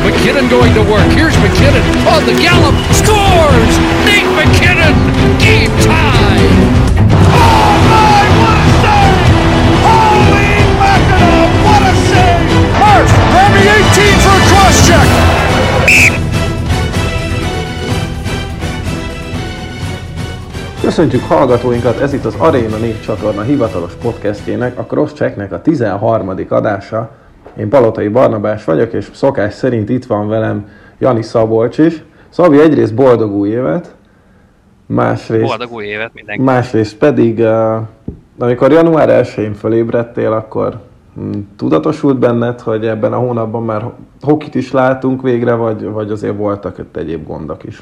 McKinnon going to work. Here's McKinnon on the gallop. Scores! Nate McKinnon! Game tie! Oh my, what a save! Holy mackerel, what a save! Murph, Remy 18 for a cross-check! Köszöntjük hallgatóinkat, ez itt az Aréna névcsatorna hivatalos podcastjének, a Crosschecknek a 13. adása. Én Palotai Barnabás vagyok, és szokás szerint itt van velem Jani Szabolcs is. Szabi, egyrészt boldog új évet, másrészt pedig, amikor január 1-én fölébredtél, akkor tudatosult benned, hogy ebben a hónapban már hokit is látunk végre, vagy azért voltak itt egyéb gondok is?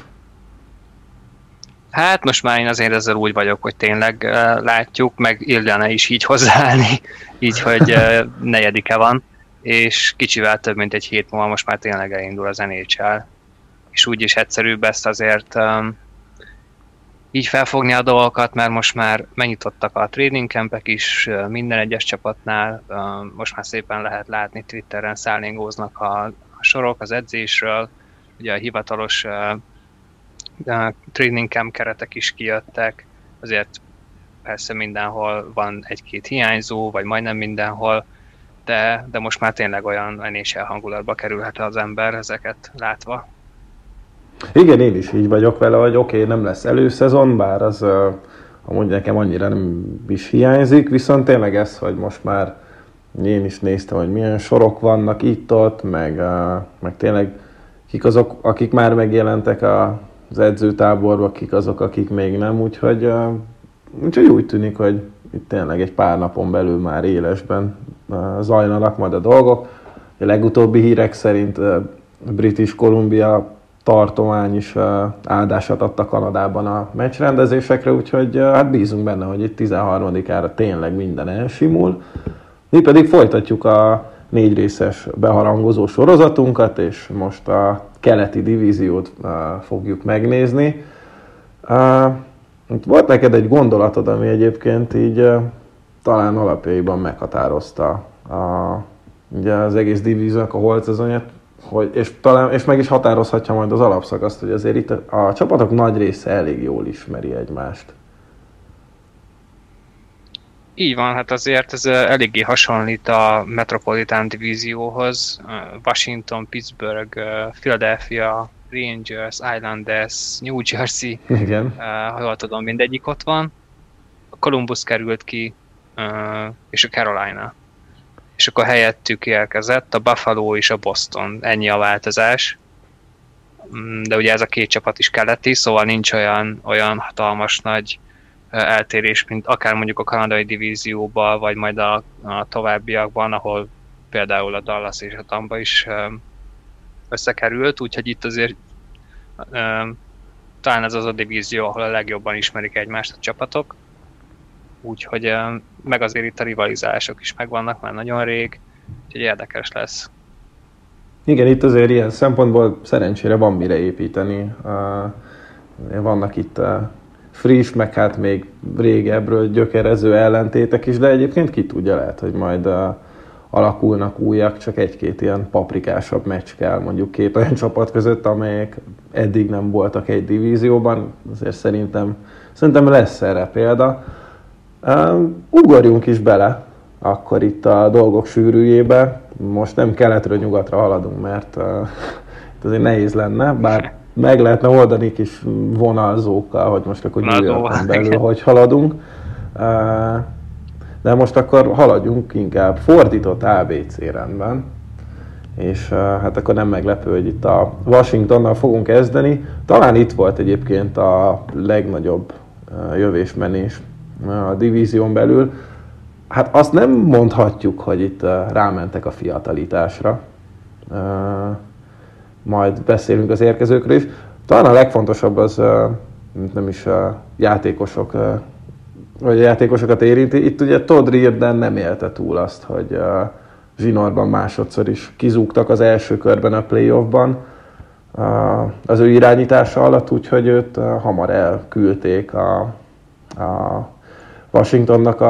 Hát most már én azért ezzel úgy vagyok, hogy tényleg látjuk, meg illene is így hozzáállni, így, hogy negyedike van, és kicsivel több, mint egy hét múlva most már tényleg elindul az NHL. És úgyis egyszerűbb ezt azért így felfogni a dolgokat, mert most már megnyitottak a training campek is minden egyes csapatnál, most már szépen lehet látni, Twitteren szállingóznak a sorok az edzésről, ugye a hivatalos training camp keretek is kijöttek, azért persze mindenhol van egy-két hiányzó, vagy majdnem mindenhol, de most már tényleg olyan NHL hangulatba kerülhet az ember ezeket látva. Igen, én is így vagyok vele, hogy oké, nem lesz előszezon, bár az amúgy nekem annyira nem is hiányzik, viszont tényleg ez, hogy most már én is néztem, hogy milyen sorok vannak itt-ott, meg tényleg kik azok, akik már megjelentek az edzőtáborban, kik azok, akik még nem, úgyhogy úgy tűnik, hogy itt tényleg egy pár napon belül már élesben zajlanak majd a dolgok. A legutóbbi hírek szerint British Columbia tartomány is áldását adta Kanadában a meccsrendezésekre, úgyhogy hát bízunk benne, hogy itt 13-ára tényleg minden elsimul. Mi pedig folytatjuk a 4 részes beharangozó sorozatunkat, és most a keleti divíziót fogjuk megnézni. Volt neked egy gondolatod, ami egyébként így talán alapjaiban meghatározta ugye az egész divíziónak a holt szezonját, és meg is határozhatja majd az alapszakaszt, hogy azért itt a csapatok nagy része elég jól ismeri egymást. Így van, hát azért ez eléggé hasonlít a Metropolitan divízióhoz. Washington, Pittsburgh, Philadelphia, Rangers, Islanders, New Jersey, igen. Ha jól tudom, mindegyik ott van. A Columbus került ki, és a Carolina. És akkor helyettük érkezett a Buffalo és a Boston. Ennyi a változás. De ugye ez a két csapat is keleti, szóval nincs olyan hatalmas nagy eltérés, mint akár mondjuk a kanadai divízióban, vagy majd a továbbiakban, ahol például a Dallas és a Tampa is összekerült, úgyhogy itt azért talán ez az a divízió, ahol a legjobban ismerik egymást a csapatok. Úgyhogy meg azért itt a rivalizálások is megvannak már nagyon rég, úgyhogy érdekes lesz. Igen, itt azért ilyen szempontból szerencsére van mire építeni. Vannak itt friss, meg hát még régebről gyökerező ellentétek is, de egyébként ki tudja, lehet, hogy majd alakulnak újak, csak egy-két ilyen paprikásabb meccs kell mondjuk két olyan csapat között, amelyek eddig nem voltak egy divízióban, azért szerintem lesz erre példa. Ugorjunk is bele akkor itt a dolgok sűrűjébe. Most nem keletről nyugatra haladunk, mert itt azért nehéz lenne, bár meg lehetne oldani kis vonalzókkal, hogy most akkor New Yorkon belül hogy haladunk. De most akkor haladjunk inkább fordított ABC rendben. És hát akkor nem meglepő, hogy itt a Washingtonnal fogunk kezdeni. Talán itt volt egyébként a legnagyobb jövésmenés a divízión belül. Hát azt nem mondhatjuk, hogy itt rámentek a fiatalításra. Majd beszélünk az érkezőkről is. Talán a legfontosabb az nem is a játékosok, vagy a játékosokat érinti. Itt ugye Todd Reirden nem élte túl azt, hogy zsinórban másodszor is kizúgtak az első körben a playoffban az ő irányítása alatt, úgyhogy őt hamar elküldték a Washingtonnak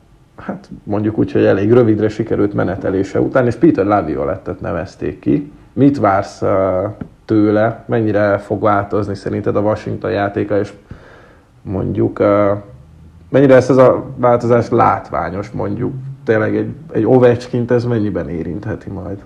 hát mondjuk úgy, hogy elég rövidre sikerült menetelése után, és Peter Laviolettet nevezték ki, mit vársz tőle, mennyire fog változni szerinted a Washington játéka, és mondjuk mennyire lesz ez a változás látványos, mondjuk tényleg egy Ovechkint ez mennyiben érintheti majd?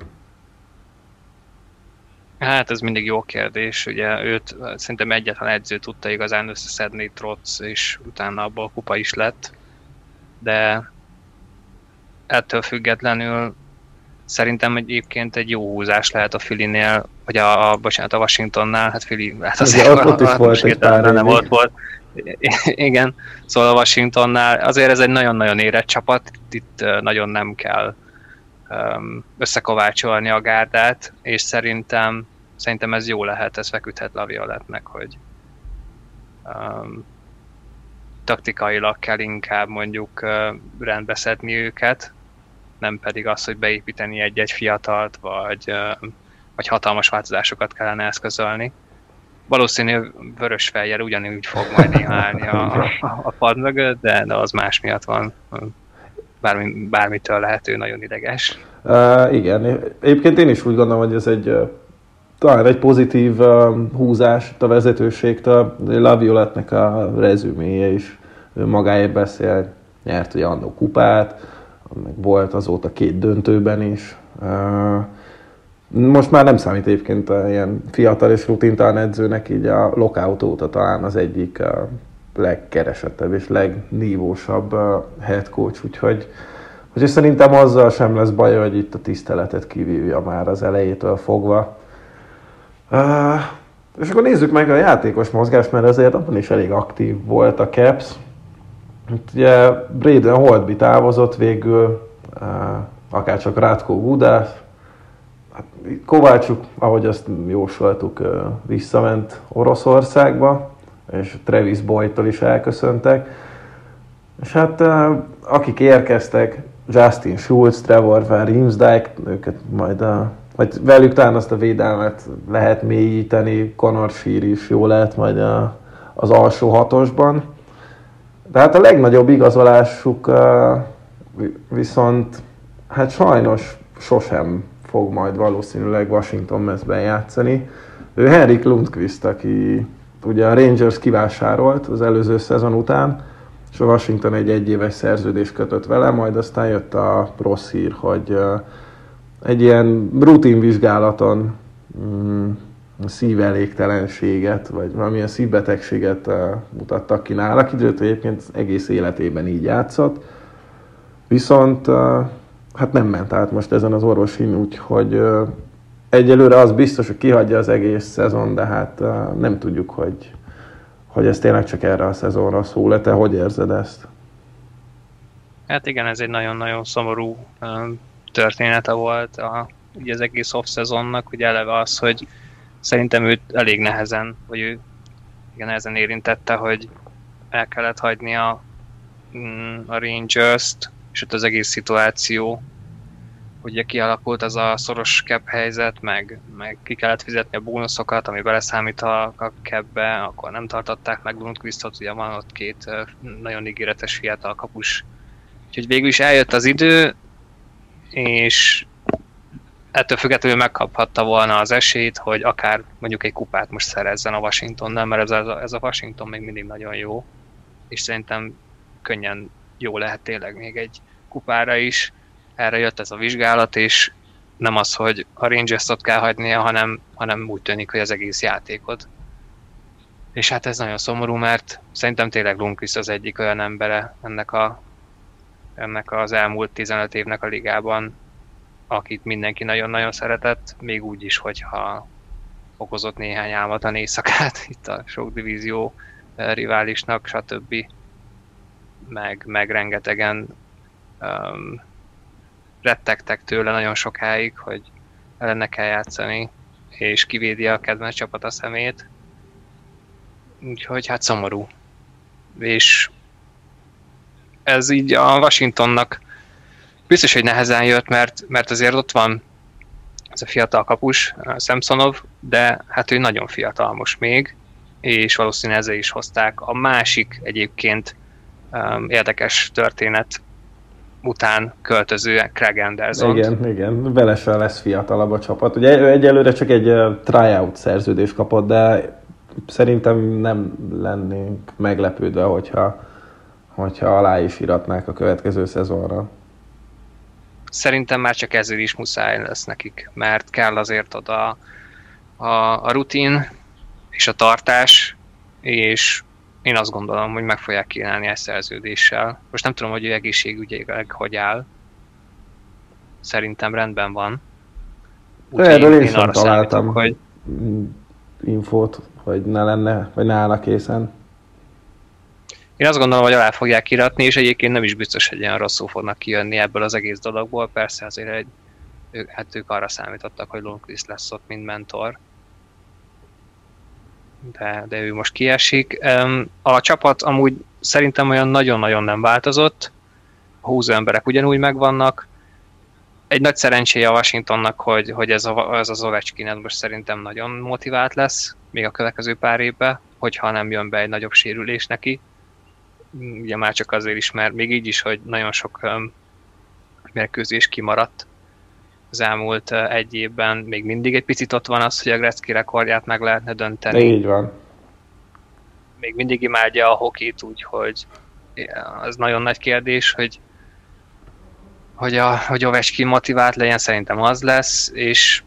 Hát ez mindig jó kérdés, ugye őt szerintem egyetlen edző tudta igazán összeszedni, Trotz, és utána abból kupa is lett, de ettől függetlenül szerintem egyébként egy jó húzás lehet a Phillynél, vagy a Washingtonnál, hát Philly, hát azért ott is volt egy pár nem volt. Igen, szóval a Washingtonnál azért ez egy nagyon-nagyon érett csapat, itt nagyon nem kell összekovácsolni a gárdát, és szerintem ez jó lehet, ez feküdhet Lavioletnek, hogy taktikailag kell inkább mondjuk rendbeszedni őket, nem pedig az, hogy beépíteni egy-egy fiatalt, vagy hatalmas változásokat kellene eszközölni. Valószínű vörös fejjel ugyanúgy fog majd néha állni a pad mögött, de az más miatt van. Bármitől lehető nagyon ideges. Igen, egyébként én is úgy gondolom, hogy ez talán egy pozitív húzás a vezetőségtől. Lavioletnek a rezüméje is magáért beszél, nyert ugye annó kupát, meg volt azóta 2 döntőben is. Most már nem számít egyébként ilyen fiatal és rutintalan edzőnek, így a lockout óta talán az egyik legkeresettebb és legnívósabb head coach, úgyhogy szerintem azzal sem lesz baj, hogy itt a tiszteletet kivívja már az elejétől fogva. És akkor nézzük meg a játékos mozgást, mert azért abban is elég aktív volt a Caps. Itt ugye Braden Holtby távozott végül, akárcsak Ratko Gudas, Kovácsuk, ahogy azt jósoltuk, visszament Oroszországba, és Travis Boydtól is elköszöntek. És hát akik érkeztek, Justin Schultz, Trevor Van Riemsdyk, őket majd vagy velük talán azt a védelmet lehet mélyíteni, Connor Shear is jó lehet majd az alsó hatosban. De hát a legnagyobb igazolásuk viszont hát sajnos sosem fog majd valószínűleg Washington mezben játszani. Ő Henrik Lundqvist, aki ugye a Rangers kivásárolt az előző szezon után, és a Washington egy egyéves szerződést kötött vele, majd aztán jött a rossz hír, hogy egy ilyen rutin vizsgálaton szívelégtelenséget, vagy valamilyen szívbetegséget mutattak ki nála. Kiderült, hogy egyébként egész életében így játszott. Viszont hát nem ment át most ezen az orvosin, úgyhogy egyelőre az biztos, hogy kihagyja az egész szezon, de hát nem tudjuk, hogy ez tényleg csak erre a szezonra szól. Te hogy érzed ezt? Hát igen, ez egy nagyon-nagyon szomorú története volt ugye az egész off-szezonnak, ugye eleve az, hogy szerintem őt elég nehezen, vagy ő igen nehezen érintette, hogy el kellett hagyni a Rangers-t, és ott az egész szituáció, ugye kialakult az a szoros cap helyzet, meg ki kellett fizetni a bónuszokat, ami beleszámít a capbe, akkor nem tartották meg Lundqvistot, ugye van ott 2 nagyon ígéretes fiatal kapus. Úgyhogy végül is eljött az idő, és ettől függetlenül megkaphatta volna az esélyt, hogy akár mondjuk egy kupát most szerezzen a Washingtonnal, mert ez a Washington még mindig nagyon jó, és szerintem könnyen jó lehet tényleg még egy kupára is. Erre jött ez a vizsgálat, és nem az, hogy a Rangers-t ott kell hagynia, hanem úgy tűnik, hogy az egész játékot. És hát ez nagyon szomorú, mert szerintem tényleg Lundqvist az egyik olyan embere ennek az elmúlt 15 évnek a ligában, akit mindenki nagyon-nagyon szeretett, még úgy is, hogyha okozott néhány álmatlan éjszakát itt a sok divízió riválisnak, stb. Meg rengetegen rettegtek tőle nagyon sokáig, hogy ellene kell játszani, és kivédi a kedvenc csapat a szemét. Úgyhogy hát szomorú. És ez így a Washingtonnak biztos, hogy nehezen jött, mert azért ott van ez a fiatal kapus, Samsonov, de hát ő nagyon fiatal most még, és valószínűleg ezzel is hozták. A másik egyébként érdekes történet után költöző Craig Anderson. Igen, vele se lesz fiatalabb a csapat. Ugye ő egyelőre csak egy tryout szerződést kapott, de szerintem nem lennénk meglepődve, hogyha alá is iratnák a következő szezonra. Szerintem már csak ezért is muszáj lesz nekik, mert kell azért oda a rutin és a tartás, és én azt gondolom, hogy meg fogják kínálni egy szerződéssel. Most nem tudom, hogy ő egészségügyileg hogy áll. Szerintem rendben van. Erről én sem találtam hogy infót, hogy ne lenne, vagy ne állna készen. Én azt gondolom, hogy alá fogják iratni, és egyébként nem is biztos, hogy ilyen rosszul fognak kijönni ebből az egész dologból. Persze azért ők arra számítottak, hogy Lundqvist lesz ott, mint mentor. De ő most kiesik. A csapat amúgy szerintem olyan nagyon-nagyon nem változott. A húzó emberek ugyanúgy megvannak. Egy nagy szerencséje a Washingtonnak, hogy ez az Ovechkin most szerintem nagyon motivált lesz, még a következő pár évben, hogyha nem jön be egy nagyobb sérülés neki. Ugye már csak azért is, mert még így is, hogy nagyon sok mérkőzés kimaradt az elmúlt egy évben, még mindig egy picit ott van az, hogy a Gretzky rekordját meg lehetne dönteni. Így van. Még mindig imádja a hokit, úgyhogy az nagyon nagy kérdés, hogy Ovechkin motivált legyen, szerintem az lesz, és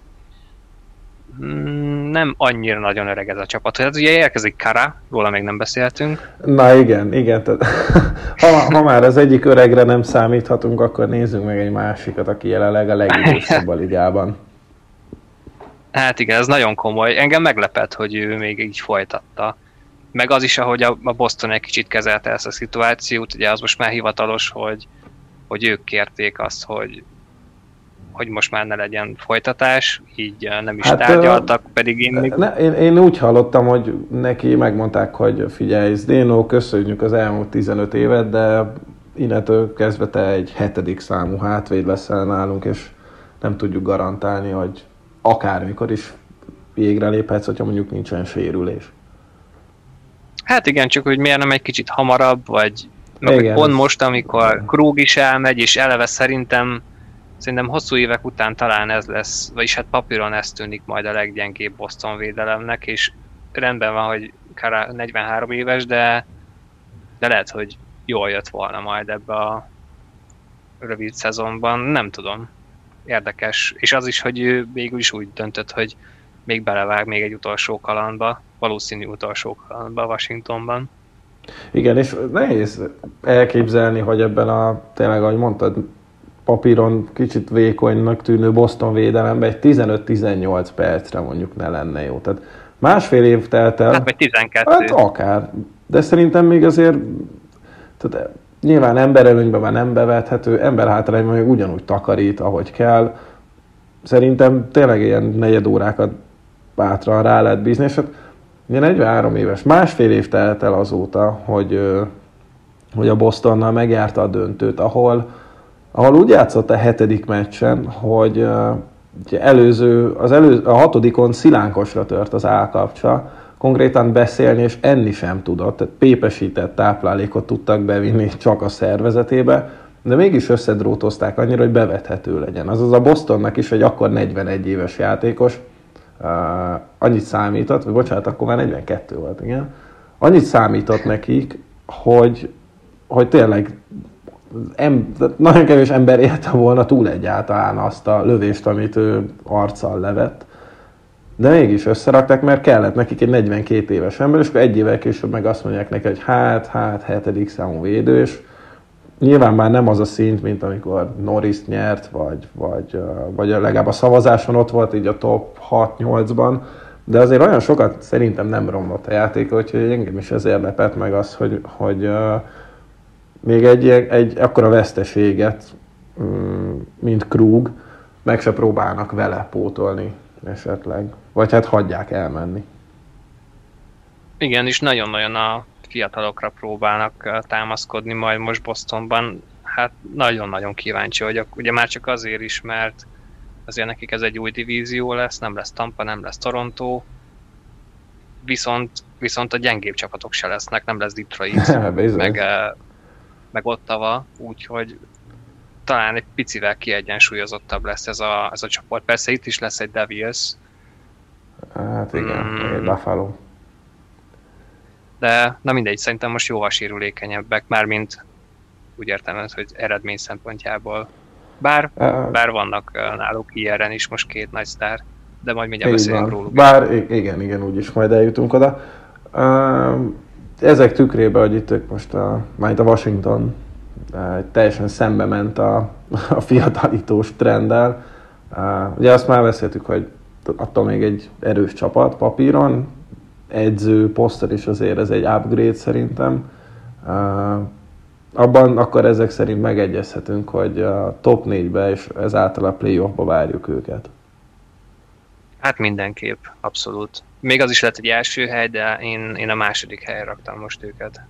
nem annyira nagyon öreg ez a csapat. Hát ugye érkezik Kara, róla még nem beszéltünk. Na igen. Tehát, ha már az egyik öregre nem számíthatunk, akkor nézzünk meg egy másikat, aki jelenleg a legidősebb a ligában. Hát igen, ez nagyon komoly. Engem meglepett, hogy ő még így folytatta. Meg az is, ahogy a Boston egy kicsit kezelte ezt a szituációt, ugye az most már hivatalos, hogy ők kérték azt, hogy most már ne legyen folytatás, így nem is tárgyaltak, pedig én még... Én úgy hallottam, hogy neki megmondták, hogy figyelj, Zdeno, köszönjük az elmúlt 15 évet, de innentől kezdve te egy 7. számú hátvéd leszel nálunk, és nem tudjuk garantálni, hogy akármikor is végre léphetsz, hogyha mondjuk nincsen sérülés. Hát igen, csak hogy miért nem egy kicsit hamarabb, vagy igen, pont most, amikor Krug is elmegy, és eleve szerintem hosszú évek után talán ez lesz, vagyis hát papíron ez tűnik majd a leggyengébb Boston védelemnek, és rendben van, hogy 43 éves, de lehet, hogy jól jött volna majd ebbe a rövid szezonban, nem tudom. Érdekes. És az is, hogy ő végül is úgy döntött, hogy még belevág még egy utolsó kalandba, valószínű utolsó kalandba Washingtonban. Igen, és nehéz elképzelni, hogy ebben tényleg, ahogy mondtad, papíron kicsit vékonynak tűnő Boston védelemben egy 15-18 percre mondjuk ne lenne jó. Tehát másfél év telt el. Hát vagy 12. Hát akár. De szerintem még azért tehát nyilván emberelőnyben már nem bevethető, emberhátrányban még ugyanúgy takarít, ahogy kell. Szerintem tényleg ilyen negyed órákat bátran rá lehet bízni, és hát ugye 43 éves, másfél év telt el azóta, hogy a Bostonnal megjárta a döntőt, ahol úgy játszott a 7. meccsen, hogy a 6. szilánkosra tört az állkapcsa, konkrétan beszélni és enni sem tudott, tehát pépesített táplálékot tudtak bevinni csak a szervezetébe, de mégis összedrótozták annyira, hogy bevethető legyen. Azaz a Bostonnak is egy akkor 41 éves játékos, annyit számított, vagy bocsánat, akkor már 42 volt, igen, annyit számított nekik, hogy tényleg nagyon kevés ember élte volna túl egyáltalán azt a lövést, amit ő arccal levett. De mégis összerakták, mert kellett nekik egy 42 éves ember, és akkor egy évvel később meg azt mondják neki, hogy hát 7. számú védő, és nyilván már nem az a szint, mint amikor Norris nyert, vagy legalább a szavazáson ott volt így a top 6-8-ban, de azért olyan sokat szerintem nem romlott a játék, úgyhogy engem is ezért lepett meg az, hogy még egy akkora veszteséget, mint Krug, meg se próbálnak vele pótolni esetleg. Vagy hát hagyják elmenni. Igen, és nagyon-nagyon a fiatalokra próbálnak támaszkodni majd most Bostonban. Hát nagyon-nagyon kíváncsi vagyok. Ugye már csak azért is, mert azért nekik ez egy új divízió lesz, nem lesz Tampa, nem lesz Toronto, viszont a gyengébb csapatok se lesznek, nem lesz Detroit, meg Ottawa, úgyhogy talán egy picivel kiegyensúlyozottabb lesz ez a csoport. Persze itt is lesz egy Devils. Hát igen, egy Buffalo. De na mindegy, szerintem most jóval sérülékenyebbek, mármint úgy értem, hogy eredmény szempontjából. Bár vannak náluk ilyen is most két nagy sztár, de majd mindjárt beszélünk róluk. Bár igen, úgyis majd eljutunk oda. Ezek tükrében, hogy itt ők most majd a Washington teljesen szembe ment a fiatalítós trenddel. Ugye azt már beszéltük, hogy attól még egy erős csapat papíron, edző poszton is azért ez egy upgrade szerintem. Abban akkor ezek szerint megegyezhetünk, hogy a top 4-be és ezáltal a playoffba várjuk őket. Hát mindenképp, abszolút. Még az is lett egy első hely, de én a második helyre raktam most őket.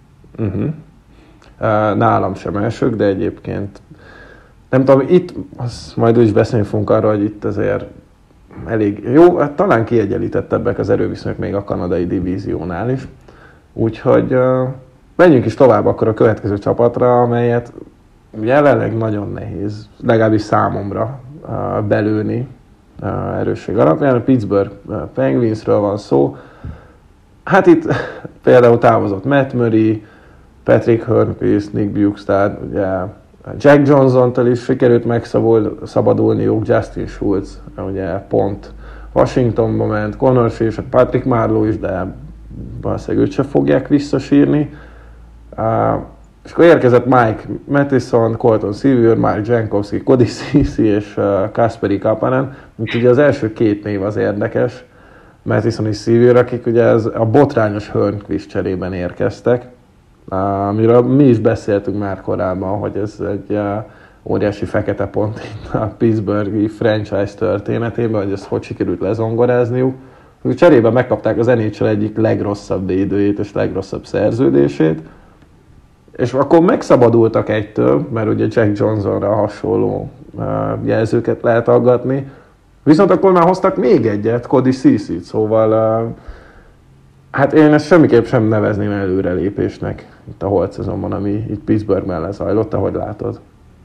Nálam sem elsők, de egyébként nem tudom, itt majd úgy is beszélni fogunk arra, hogy itt azért elég jó, hát talán kiegyenlítettebbek az erőviszonyok még a kanadai divíziónál is. Úgyhogy menjünk is tovább akkor a következő csapatra, amelyet jelenleg nagyon nehéz, legalábbis számomra belőni erősség alapján. A Pittsburgh Penguinsről van szó. Hát itt például távozott Matt Murray, Patrick Hornqvist, Nick Bjugstad, ugye Jack Johnson-tól is sikerült megszabadulniuk, Justin Schultz, ugye pont Washingtonba ment, Connor és Patrick Marleau is, de valószínűleg őt sem fogják visszasírni. És akkor érkezett Mike Matheson, Colton Sevier, Mark Jankowski, Cody Ceci és Kasperi Kapanen. Mint ugye az első két név az érdekes, Matheson és Sevier, akik ugye a botrányos Hornqvist cserében érkeztek. Amiről mi is beszéltünk már korábban, hogy ez egy óriási fekete pont itt a Pittsburghi franchise történetében, hogy ezt hogy sikerült lezongorázniuk. Cserében megkapták az NHL egyik legrosszabb védőjét és legrosszabb szerződését, és akkor megszabadultak egytől, mert ugye Jack Johnsonra hasonló jelzőket lehet aggatni, viszont akkor már hoztak még egyet, Cody Ceci-t, szóval hát én ezt semmiképp sem nevezném előrelépésnek itt a holt szezonban, ami itt Pittsburghben lezajlott, ahogy látod.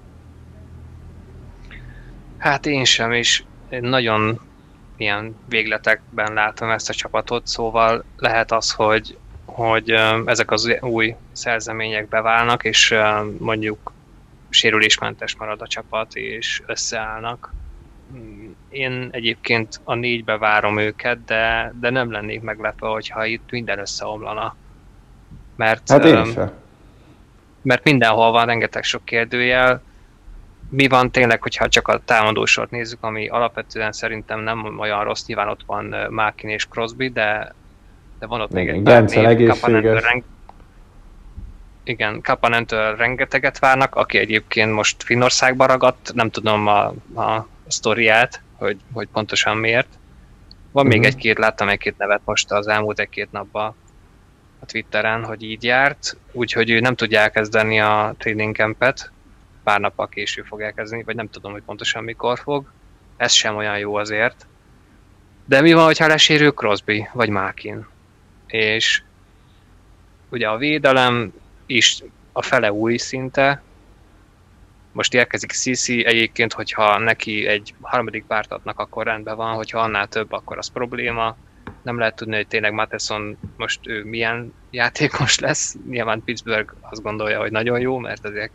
Hát én sem, és nagyon ilyen végletekben látom ezt a csapatot, szóval lehet az, hogy ezek az új szerzemények beválnak, és mondjuk sérülésmentes marad a csapat, és összeállnak. Én egyébként a 4-be várom őket, de nem lennék meglepve, hogyha itt minden összeomlana. Hát én sem. Mert mindenhol van rengeteg sok kérdőjel. Mi van tényleg, hogyha csak a támadósort nézzük, ami alapvetően szerintem nem olyan rossz, nyilván ott van Malkin és Crosby, de van ott még egy pár név. Igen, Kapanentől rengeteget várnak, aki egyébként most Finnországba ragadt, nem tudom a sztoriát, hogy pontosan miért. Van még egy-két, láttam egy-két nevet most az elmúlt egy-két napban a Twitteren, hogy így járt, úgyhogy ő nem tudja elkezdeni a training campet, pár nappal később fog elkezdeni, vagy nem tudom, hogy pontosan mikor fog. Ez sem olyan jó azért. De mi van, hogyha lesérül Crosby, vagy Malkin? És ugye a védelem is a fele új szinte. Most érkezik Ceci, egyébként, hogyha neki egy harmadik pártatnak, akkor rendben van, hogyha annál több, akkor az probléma. Nem lehet tudni, hogy tényleg Matheson most ő milyen játékos lesz. Nyilván Pittsburgh azt gondolja, hogy nagyon jó, mert azért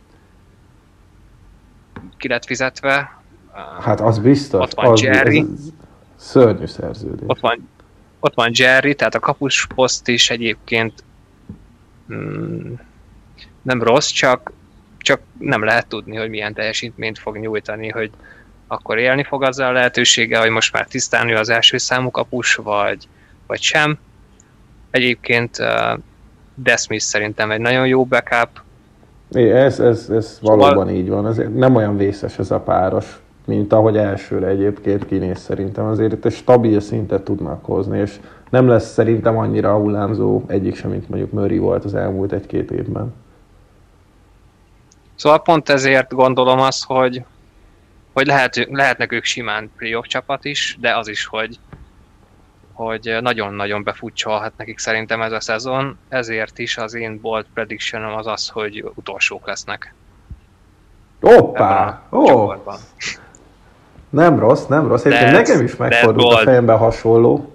ki lett fizetve. Hát az biztos. Ott van Jerry. Szörnyű szerződés. Ott van Jerry, tehát a kapusposzt is egyébként nem rossz, csak nem lehet tudni, hogy milyen teljesítményt fog nyújtani, hogy akkor élni fog azzal a lehetőséggel, hogy most már tisztán ő az első számú kapus, vagy sem. Egyébként Desmith szerintem egy nagyon jó backup. Ez valóban így van. Azért nem olyan vészes ez a páros, mint ahogy elsőre egyébként kinéz szerintem. Azért itt egy stabil szintet tudnak hozni, és nem lesz szerintem annyira hullámzó egyik sem, mint mondjuk Murray volt az elmúlt egy-két évben. Szóval pont ezért gondolom azt, hogy lehetnek ők simán playoff csapat is, de az is, hogy nagyon-nagyon befutcsolhat nekik szerintem ez a szezon. Ezért is az én bold predictionom az, hogy utolsók lesznek. Hoppá! Nem rossz. Egyébként nekem is megfordult a fejemben hasonló.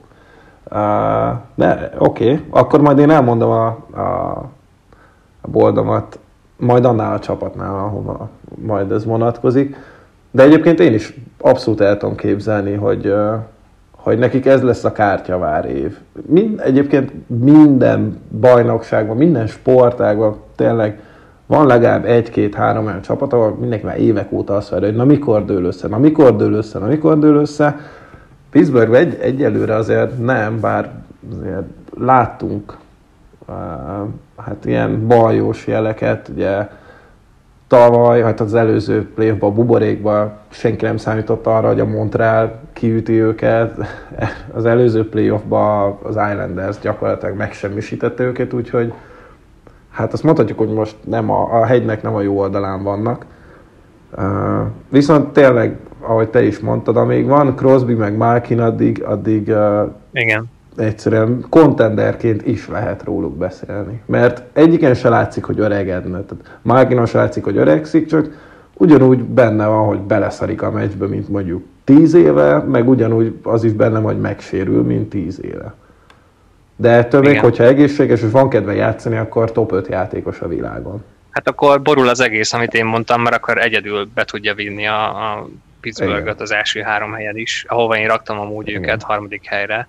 De oké. Akkor majd én elmondom a boldomat, majd annál a csapatnál, ahova majd ez vonatkozik. De egyébként én is abszolút el tudom képzelni, hogy nekik ez lesz a kártyavár év. Egyébként minden bajnokságban, minden sportágban tényleg van legalább 1-2-3 olyan csapat, ahol mindenki már évek óta azt várja, hogy na mikor dől össze. Pittsburghben egyelőre azért nem, bár azért láttunk hát ilyen baljós jeleket, ugye tavaly, hát az előző playoffban, a buborékban senki nem számított arra, hogy a Montreal kiüti őket. Az előző playoffban az Islanders gyakorlatilag megsemmisítette őket, úgyhogy hát azt mondhatjuk, hogy most nem a hegynek nem a jó oldalán vannak. Viszont tényleg, ahogy te is mondtad, amíg van Crosby meg Malkin, addig igen. Egyszerűen contenderként is lehet róluk beszélni. Mert egyiken se látszik, hogy öregedne. Malkinon se látszik, hogy öregszik, csak ugyanúgy benne van, hogy beleszarik a meccsbe, mint mondjuk 10 éve, meg ugyanúgy az is benne, hogy megsérül, mint 10 éve. De ettől még, hogyha egészséges és van kedve játszani, akkor top 5 játékos a világon. Hát akkor borul az egész, amit én mondtam, mert akkor egyedül be tudja vinni a Pittsburghet az első 3 helyen is, ahova én raktam amúgy őket 3. helyre.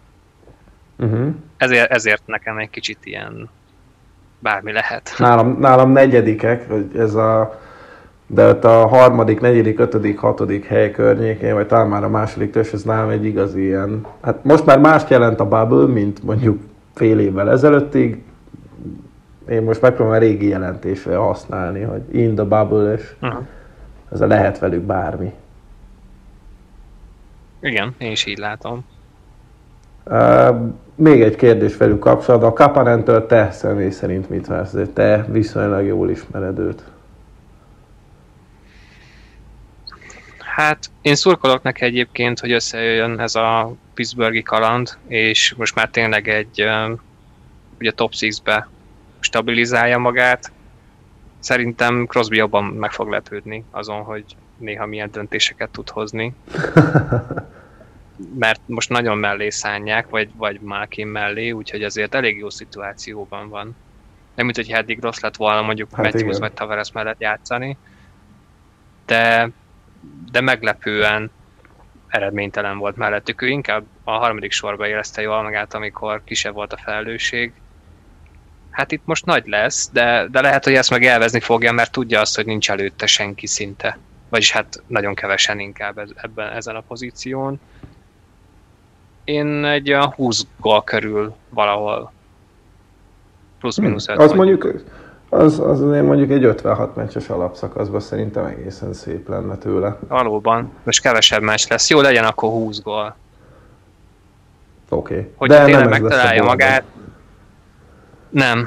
Ezért nekem egy kicsit ilyen bármi lehet. Nálam 4. de ott a 3., 4., 5., 6. hely környékén, vagy talán már a 2. és ez nálam egy igazi ilyen. Hát most már mást jelent a bubble, mint mondjuk fél évvel ezelőttig. Én most megpróbálom a régi jelentésre használni, hogy in the bubble, és ez lehet velük bármi. Igen, én is így látom. Még egy kérdés velük kapcsolatban. A Kapanentől te személy szerint mit vársz? Te viszonylag jól ismered őt. Hát én szurkolok neki egyébként, hogy összejöjjön ez a Pittsburghi kaland, és most már tényleg ugye top 6-be stabilizálja magát. Szerintem Crosby jobban meg fog lepődni azon, hogy néha milyen döntéseket tud hozni. Mert most nagyon mellé szánják, vagy Malkin mellé, úgyhogy azért elég jó szituációban van. Nem, mint hogyha eddig rossz lett volna mondjuk Matthews vagy Tavares mellett játszani, de meglepően eredménytelen volt mellettük. Ő inkább a 3. sorba érezte jól magát, amikor kisebb volt a felelősség. Hát itt most nagy lesz, de lehet, hogy ezt meg elvezni fogja, mert tudja azt, hogy nincs előtte senki szinte. Vagyis hát nagyon kevesen inkább ezen a pozíción. Én egy 20 gól körül valahol plusz-minusz 5. Az mondjuk, az azért mondjuk egy 56 meccses alapszakaszban szerintem egészen szép lenne tőle. Valóban, most kevesebb meccs lesz. Jó, legyen akkor 20 gól. Oké. Hogyha tényleg megtalálja magát. Nem.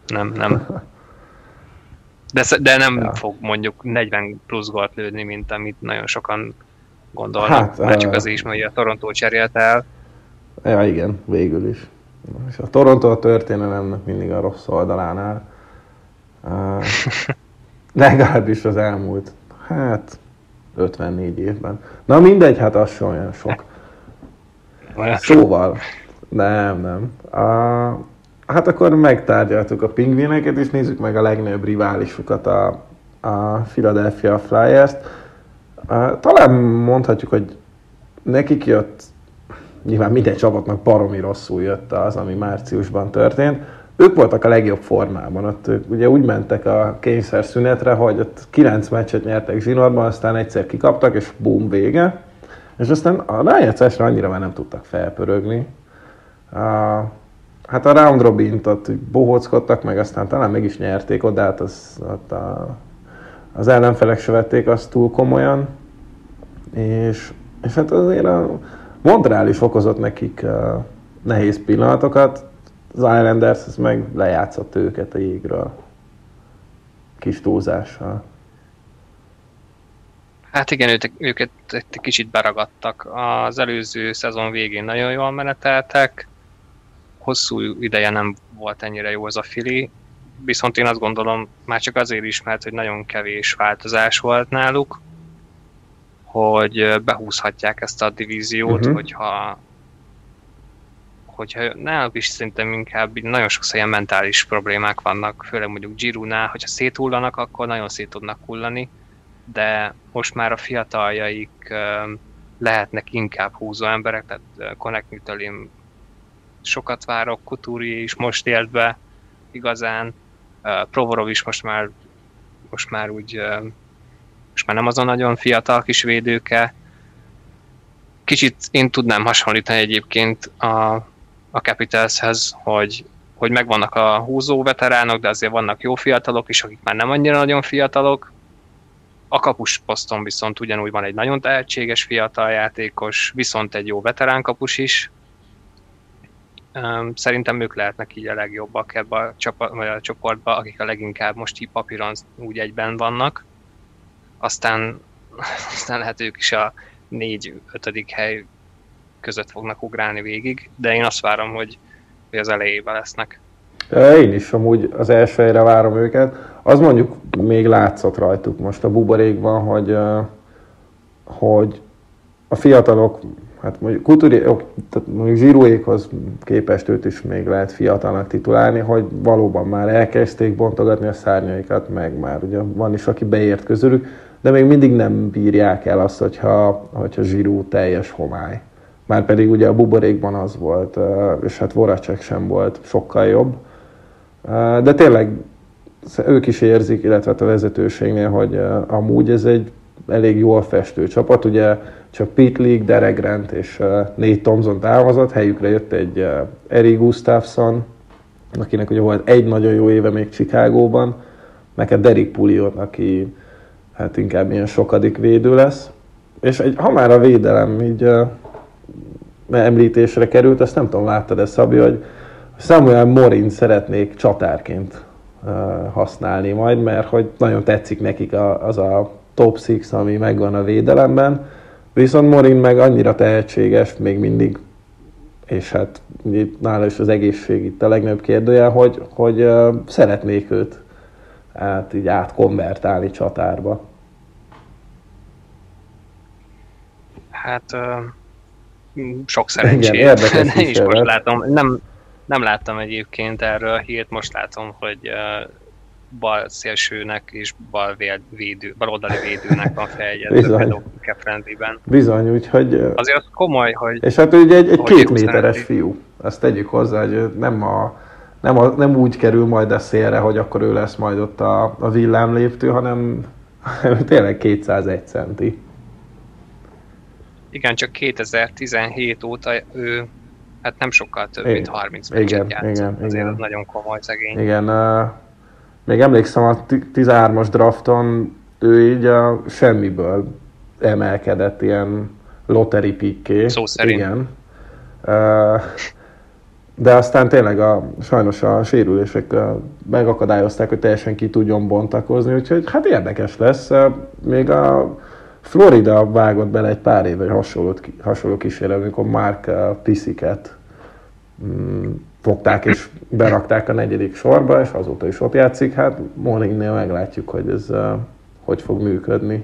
De nem fog mondjuk 40 plusz gólt lőni, mint amit nagyon sokan gondolnak. Hát, már csak az is, hogy a Toronto cserélt el. Ja, igen, végül is. És a Toronto a történelemnek mindig a rossz oldalán áll. Legalábbis az elmúlt, 54 évben. Na mindegy, hát az sem olyan sok. Szóval, nem. Hát akkor megtárgyaltuk a pingvineket, és nézzük meg a legnagyobb riválisukat, a Philadelphia Flyers-t. Talán mondhatjuk, hogy nekik jött, nyilván minden csapatnak baromi rosszul jött az, ami márciusban történt. Ők voltak a legjobb formában. Ott ugye úgy mentek a kényszerszünetre, hogy ott 9 meccset nyertek zsinórban, aztán egyszer kikaptak, és bum, vége. És aztán a rájátszásra annyira már nem tudtak felpörögni. Hát a round robint ott bohóckodtak, meg aztán talán meg is nyerték oda, hát az ellenfelek se vették azt túl komolyan. És hát azért a Montreal is okozott nekik nehéz pillanatokat. Az Islanders az meg lejátszott őket a jégről. Kis túlzással. Hát igen, őket egy kicsit beragadtak. Az előző szezon végén nagyon jól meneteltek. Hosszú ideje nem volt ennyire jó az a Philly. viszont én azt gondolom, már csak azért is, mert hogy nagyon kevés változás volt náluk, hogy behúzhatják ezt a divíziót, hogyha náluk is szerintem inkább nagyon sokszor ilyen mentális problémák vannak, főleg mondjuk Giroudnál, hogyha széthullanak, akkor nagyon szét tudnak hullani, de most már a fiataljaik lehetnek inkább húzó emberek, tehát Konechnytől én sokat várok, Couturier is most élt be igazán, Provorov is most már nem azon nagyon fiatal kis védőke. Kicsit én tudnám hasonlítani egyébként a Capitalshez, hogy megvannak a húzó veteránok, de azért vannak jó fiatalok is, akik már nem annyira nagyon fiatalok. A kapus poszton viszont ugyanúgy van egy nagyon tehetséges fiatal játékos, viszont egy jó veterán kapus is. Szerintem ők lehetnek így a legjobbak ebbe a csoportba, akik a leginkább most így papíron úgy egyben vannak. Aztán lehet ők is a 4-5. hely között fognak ugrálni végig, de én azt várom, hogy az elejében lesznek. Én is amúgy az első helyre várom őket. Az mondjuk még látszott rajtuk most a buborékban, hogy a fiatalok, hát mondjuk Couturier, mondjuk Giroudékhoz képest őt is még lehet fiatalnak titulálni, hogy valóban már elkezdték bontogatni a szárnyaikat, meg már ugye van is, aki beért közülük, de még mindig nem bírják el azt, hogyha Giroud teljes homály. Márpedig ugye a buborékban az volt, és hát Voracek sem volt sokkal jobb. De tényleg ők is érzik, illetve a vezetőségnél, hogy amúgy ez egy elég jól festő csapat. Ugye csak Pete Lig, Derek Grant és Nate Thompson távozott, helyükre jött egy Erik Gustafsson, akinek ugye volt egy nagyon jó éve még Chicagóban, meg hát Derek Pouliot, aki hát inkább ilyen sokadik védő lesz. És ha már a védelem így említésre került, azt nem tudom, láttad-e, Szabi, hogy Samuel Morin szeretnék csatárként használni majd, mert hogy nagyon tetszik nekik az a top 6, ami megvan a védelemben, viszont Morin meg annyira tehetséges még mindig, és hát nála is az egészség itt a legnagyobb kérdője, hogy szeretnék őt így átkonvertálni csatárba. Hát sok szerencsét. Igen, érdekes is most látom, nem láttam egyébként erről a hírt, most látom, hogy bal szélsőnek és baloldali védőnek van feljegyezve Friendlyben. Bizony, úgyhogy... Azért az komoly, hogy... És hát ugye egy 2 méteres fiú. Azt tegyük hozzá, hogy nem úgy kerül majd a szélre, hogy akkor ő lesz majd ott a villámléptő, hanem tényleg 201 centi. Igen, csak 2017 óta ő hát nem sokkal több, mint 30 meccset játszott. Azért az nagyon komoly szegény. Igen, még emlékszem a 13-as drafton ő így a semmiből emelkedett ilyen lottery pické. Szó szerint. Igen. De aztán tényleg sajnos a sérülések megakadályozták, hogy teljesen ki tudjon bontakozni, úgyhogy hát érdekes lesz. Még a Florida vágott bele egy pár éve hasonló kísérlet, amikor Mark Pisiket fogták és berakták a 4. sorba, és azóta is ott játszik. Hát Morinnél meglátjuk, hogy ez hogy fog működni.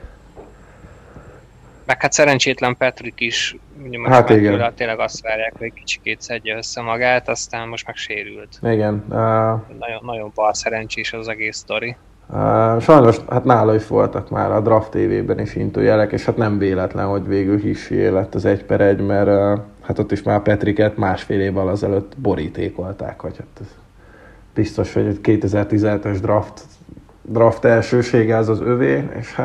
Meg hát szerencsétlen Patrick is, ugye most hát igen. Tőle tényleg azt várják, hogy kicsikét szedje össze magát, aztán most meg sérült. Igen. Nagyon bal szerencsés az egész sztori. Sajnos hát nála is voltak már a Draft TV-ben is intőjelek, és hát nem véletlen, hogy végül Hischier lett az 1/1, mert hát ott is már Patricket másfél évvel azelőtt borítékolták, hogy hát ez biztos, hogy 2017-es draft elsősége az övé, és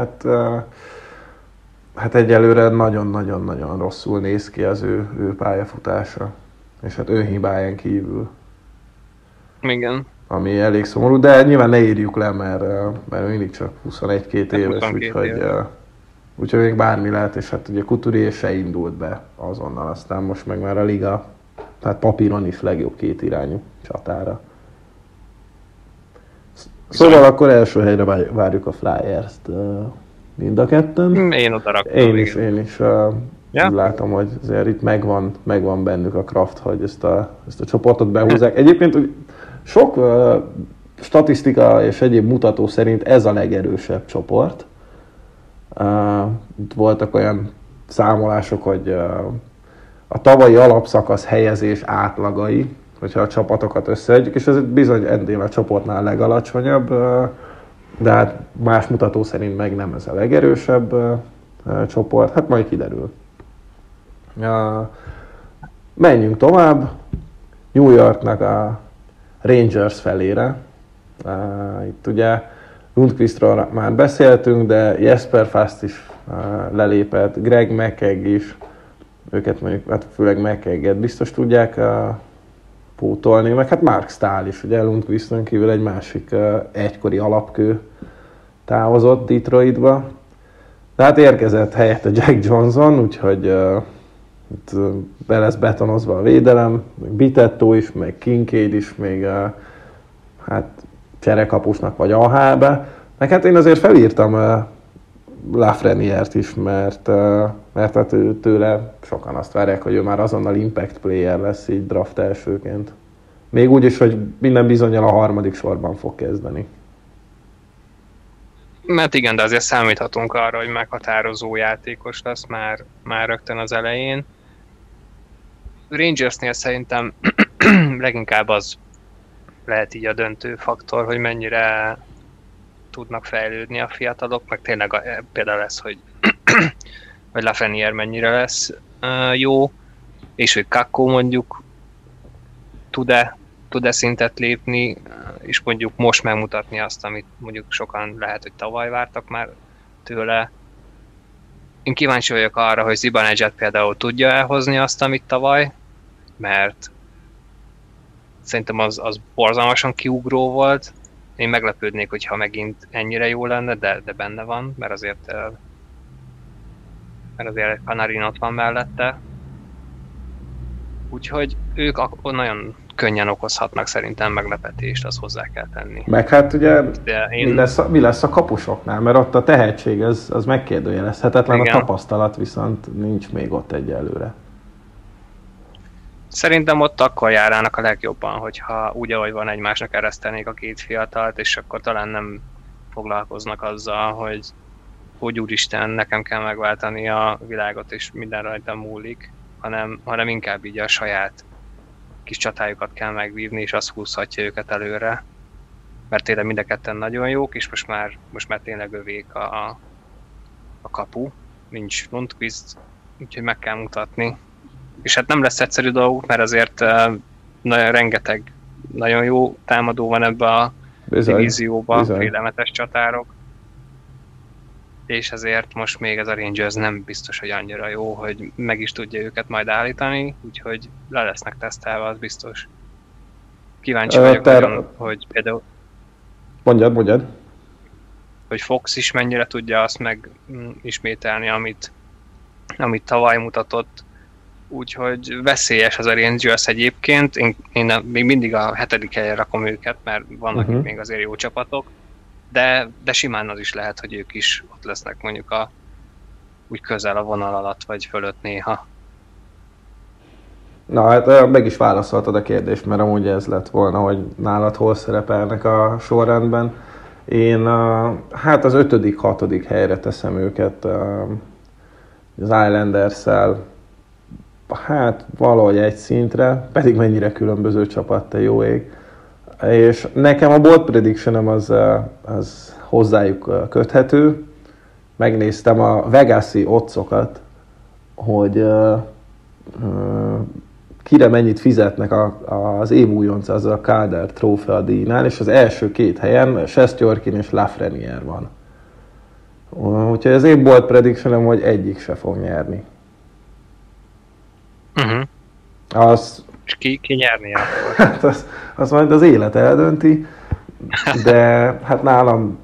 hát egyelőre nagyon-nagyon-nagyon rosszul néz ki az ő pályafutása, és hát önhibáján kívül. Igen. Ami elég szomorú, de nyilván ne írjuk le, mert mindig csak 21-22 éves, úgyhogy még bármi lehet, és hát ugye Couturier se indult be azonnal, aztán most meg már a liga, hát papíron is legjobb kétirányú csatára. Szóval akkor első helyre várjuk a Flyers-t mind a ketten. Én oda rakom. Én is látom, hogy azért itt megvan bennük a kraft, hogy ezt a csoportot behúzzák. Egyébként sok statisztika és egyéb mutató szerint ez a legerősebb csoport. Itt voltak olyan számolások, hogy a tavalyi alapszakasz helyezés átlagai, hogyha a csapatokat összeadjuk, és ez bizony ennél a csoportnál legalacsonyabb, de hát más mutató szerint meg nem ez a legerősebb csoport, hát majd kiderül. Menjünk tovább, New Yorknak a Rangers felére. Itt ugye Lundqvistról már beszéltünk, de Jesper Fast is lelépett, Greg McKegg is, őket mondjuk, hát főleg McKegget biztos tudják pótolni, meg hát Mark Stahl is, ugye Lundqviston kívül egy másik egykori alapkő távozott Detroitba. De hát érkezett helyette Jack Johnson, úgyhogy itt be lesz betonozva a védelem, meg Bitetto is, meg Kincaid is, még hát cserekapusnak vagy AHL-be. Meg hát én azért felírtam Lafreniere-t is, mert hát tőle sokan azt várják, hogy ő már azonnal impact player lesz így draft elsőként. Még úgy is, hogy minden bizonnyal a harmadik sorban fog kezdeni. Mert igen, de azért számíthatunk arra, hogy meghatározó játékos lesz már rögtön az elején. Rangersnél szerintem leginkább az lehet így a döntő faktor, hogy mennyire tudnak fejlődni a fiatalok, meg tényleg például lesz, hogy Lafreniere mennyire lesz jó, és hogy Kakko mondjuk tud-e szintet lépni, és mondjuk most megmutatni azt, amit mondjuk sokan lehet, hogy tavaly vártak már tőle. Én kíváncsi vagyok arra, hogy Zibanejad például tudja elhozni azt, amit tavaly, mert szerintem az borzalmasan kiugró volt. Én meglepődnék, hogyha megint ennyire jó lenne, de benne van, mert azért egy Panarin ott van mellette. Úgyhogy ők nagyon könnyen okozhatnak szerintem meglepetést, azt hozzá kell tenni. Meg hát ugye mi lesz a kapusoknál, mert ott a tehetség az megkérdőjelezhetetlen, igen. A tapasztalat viszont nincs még ott egyelőre. Szerintem ott akkor járnának a legjobban, hogyha úgy, ahogy van, egymásnak eresztenék a két fiatalt, és akkor talán nem foglalkoznak azzal, hogy úristen, nekem kell megváltani a világot, és minden rajtam múlik, hanem inkább így a saját kis csatájukat kell megvívni, és az húzhatja őket előre. Mert tényleg mind a ketten nagyon jók, és most már tényleg övék a kapu. Nincs Lundqvist, úgyhogy meg kell mutatni. És hát nem lesz egyszerű dolguk, mert azért rengeteg nagyon jó támadó van ebbe a divízióba, félelmetes csatárok. És ezért most még ez a Rangers nem biztos, hogy annyira jó, hogy meg is tudja őket majd állítani, úgyhogy le lesznek tesztelve, az biztos. Kíváncsi vagyok nagyon, hogy például... Mondjad. Hogy Fox is mennyire tudja azt megismételni, amit tavaly mutatott. Úgyhogy veszélyes az a Rangers egyébként. Én még mindig a 7. helyen rakom őket, mert vannak itt még azért jó csapatok. De simán az is lehet, hogy ők is ott lesznek mondjuk úgy közel a vonal alatt, vagy fölött néha. Na hát meg is válaszoltad a kérdést, mert amúgy ez lett volna, hogy nálad hol szerepelnek a sorrendben. Én hát az 5.-6. helyre teszem őket az Islanders-szel, hát valahogy egy szintre, pedig mennyire különböző csapat, te jó ég. És nekem a bold prediction-em az hozzájuk köthető. Megnéztem a Vegas-i oddsokat, hogy kire mennyit fizetnek az év újonc, az a Calder trófea díjnál, és az első 2 helyen Shesterkin és Lafreniere van. Úgyhogy az én bold prediction-em, hogy egyik se fog nyerni. Az... És ki nyerni akkor? Hát az majd az élet eldönti, de hát nálam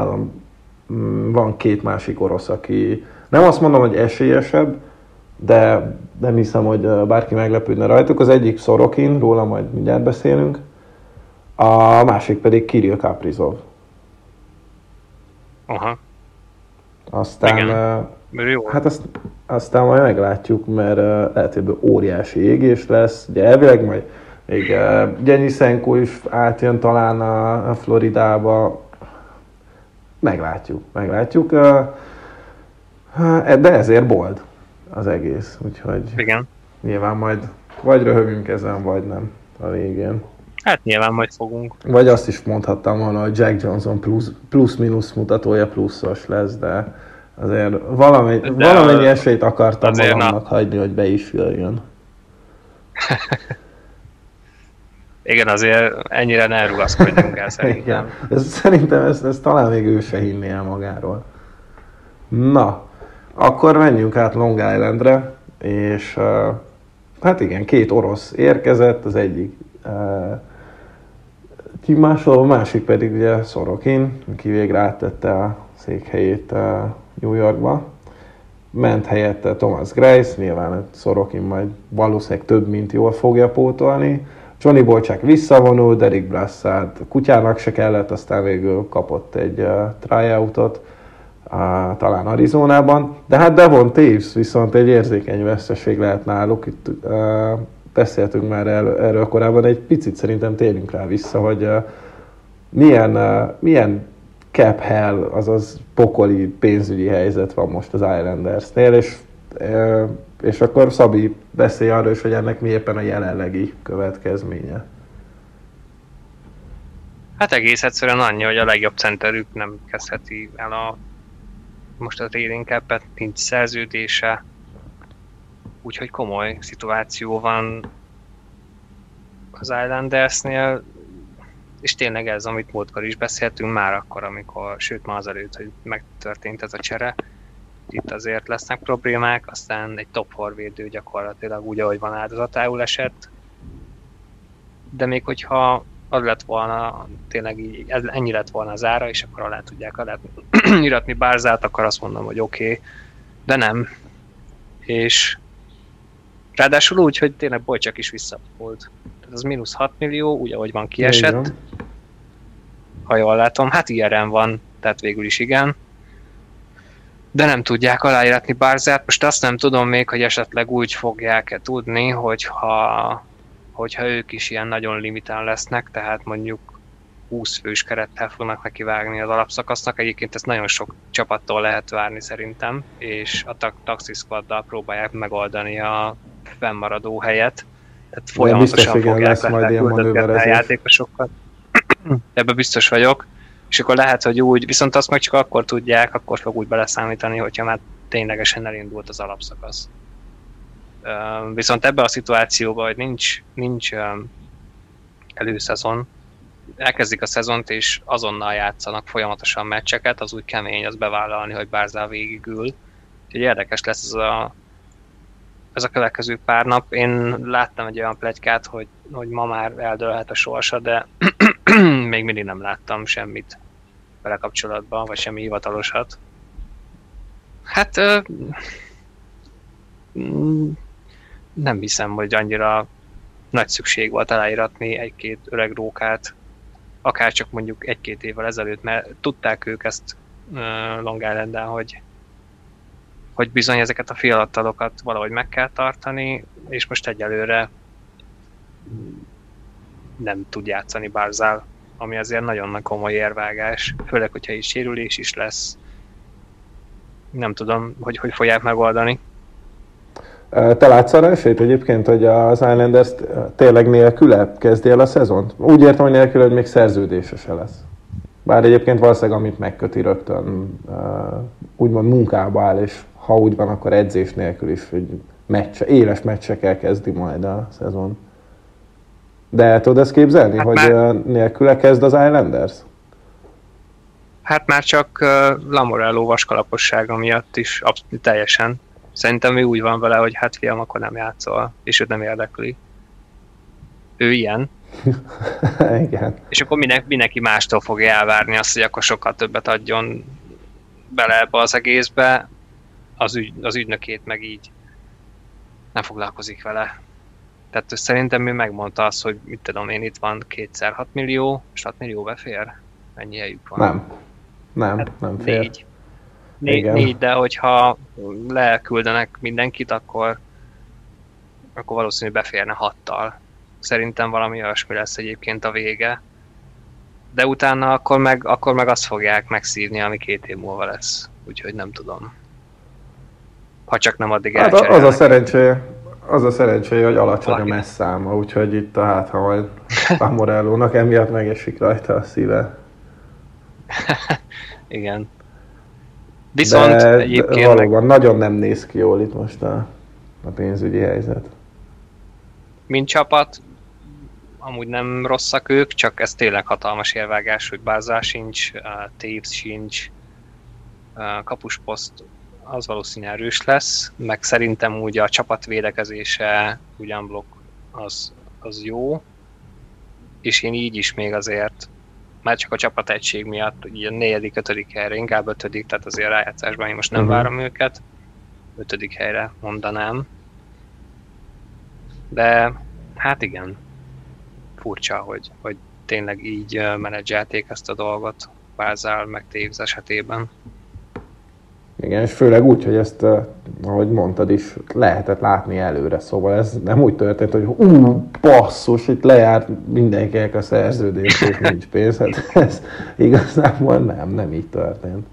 van 2 másik orosz, aki nem azt mondom, hogy esélyesebb, de nem hiszem, hogy bárki meglepődne rajtuk. Az egyik Sorokin, róla majd mindjárt beszélünk, a másik pedig Kirill Kaprizov. Aha. Aztán, hát aztán majd meglátjuk, mert lehet, hogy óriási égés lesz. Ugye elvileg majd Igen, Gyenyisenko is átjön talán a Floridába. Meglátjuk. De ezért bold az egész, úgyhogy Igen. nyilván majd vagy röhögünk ezen, vagy nem a végén. Hát nyilván majd fogunk. Vagy azt is mondhattam volna, hogy Jack Johnson plusz-minusz mutatója pluszos lesz, de azért valamennyi esélyt akartam magamnak hagyni, hogy be is jöjjön. Igen, azért ennyire ne rugaszkodjunk el szerintem. Szerintem ezt talán még ő se hinné el magáról. Na, akkor menjünk át Long Islandre, és hát igen, 2 orosz érkezett, az egyik Timásov, a másik pedig ugye Sorokin, aki végre áttette a székhelyét New Yorkba. Ment helyette Thomas Greiss, nyilván Sorokin majd valószínűleg több, mint jól fogja pótolni. Johnny Boychuk visszavonult, Derek Brassard kutyának se kellett, aztán végül kapott egy tryoutot, talán Arizonában. De hát Devon Toews viszont egy érzékeny veszteség lehet náluk. Itt beszéltünk már erről korábban, egy picit szerintem térjünk rá vissza, hogy milyen cap hell, azaz pokoli pénzügyi helyzet van most az Islandersnél, és akkor Szabi beszélj arról is, hogy ennek mi éppen a jelenlegi következménye. Hát egész egyszerűen annyi, hogy a legjobb centerük nem kezdheti el most a trading cap-et, nincs szerződése, úgyhogy komoly szituáció van az Islandersnél, és tényleg ez, amit múltkor is beszéltünk, már akkor, sőt már azelőtt, hogy megtörtént ez a csere, itt azért lesznek problémák, aztán egy top 4 védő gyakorlatilag úgy, ahogy van áldozatául esett, de még hogyha az lett volna, tényleg így, ennyi lett volna az ára, és akkor alá tudják iratni Barzát, akkor azt mondom, hogy oké, de nem. És ráadásul úgy, hogy tényleg Boychuk is visszavolt. Az -6 millió, úgy ahogy van kiesett. Ha jól látom, hát ilyenren van, tehát végül is igen. De nem tudják aláíratni Barzát. Most azt nem tudom még, hogy esetleg úgy fogják-e tudni, hogyha ők is ilyen nagyon limitán lesznek, tehát mondjuk 20 fős kerettel fognak neki vágni az alapszakasznak. Egyébként ezt nagyon sok csapattól lehet várni szerintem, és a Taxi Squaddal próbálják megoldani a fennmaradó helyet. Tehát folyamatosan fogják küldögetni a játékosokat. Ebben biztos vagyok. És akkor lehet, hogy úgy, viszont azt meg csak akkor tudják, akkor fog úgy beleszámítani, hogyha már ténylegesen elindult az alapszakasz. Viszont ebben a szituációban, hogy nincs előszezon, elkezdik a szezont és azonnal játszanak folyamatosan meccseket, az úgy kemény, az bevállalni, hogy Barzal végigül. Úgyhogy érdekes lesz ez a következő pár nap. Én láttam egy olyan pletykát, hogy ma már eldőlhet a sorsa, de még mindig nem láttam semmit vele kapcsolatban, vagy semmi hivatalosat. Hát nem hiszem, hogy annyira nagy szükség volt aláíratni egy-két öreg rókát, akár csak mondjuk 1-2 évvel ezelőtt, mert tudták ők ezt Long Islanden, hogy bizony ezeket a fiatalokat valahogy meg kell tartani, és most egyelőre nem tud játszani Barzal, ami azért nagyon komoly érvágás, főleg, hogyha is sérülés is lesz. Nem tudom, hogy fogják megoldani. Te látsz arra esélyt egyébként, hogy az Islanders tényleg nélküle kezdi el a szezont? Úgy értem, hogy nélkül, hogy még szerződése se lesz. Bár egyébként valószínűleg amit megköti rögtön úgymond munkába áll, és ha úgy van, akkor edzés nélkül is, hogy éles meccsekkel kezdi majd a szezon. De el tudod ezt képzelni, hát hogy nélküle kezd az Islanders? Hát már csak Lamorello vaskalapossága miatt is teljesen. Szerintem ő úgy van vele, hogy hát fiam, akkor nem játszol, és őt nem érdekli. Ő ilyen. Igen. És akkor mindenki mástól fogja elvárni azt, hogy akkor sokkal többet adjon bele ebbe az egészbe, az ügynökét meg így nem foglalkozik vele. Tehát szerintem ő megmondta azt, hogy mit tudom én, itt van 2x6 millió, és 6 millió befér? Mennyi helyük van? Nem fér. 4, de hogyha leküldenek mindenkit, akkor valószínűleg beférne 6-tal. Szerintem valami olyasmi lesz egyébként a vége. De utána akkor meg azt fogják megszívni, ami 2 év múlva lesz. Úgyhogy nem tudom. Ha csak nem addig hát elcserélnek. Az a szerencséje, hogy alacsony a messzáma, úgyhogy itt ha majd Lamorellónak emiatt megesik rajta a szíve. Igen. Viszont de egyébként valóban nagyon nem néz ki jól itt most a pénzügyi helyzet. Mint csapat, amúgy nem rosszak ők, csak ez tényleg hatalmas érvágás, hogy Bázár sincs, Taves sincs, kapusposzt az valószínűleg erős lesz, meg szerintem úgy a csapat védekezése ugyan blokk az jó, és én így is még azért, már csak a csapat egység miatt, ugye a 4.-5. helyre, inkább 5., tehát azért rájátszásban én most nem várom őket, 5. helyre mondanám. De hát igen, furcsa, hogy tényleg így menedzselték ezt a dolgot Bázár meg Taves esetében. Igen, és főleg úgy, hogy ezt, ahogy mondtad is, lehetett látni előre, szóval ez nem úgy történt, hogy basszus, itt lejárt mindenkinek a szerződés, és nincs pénz. Hát ez igazából nem így történt.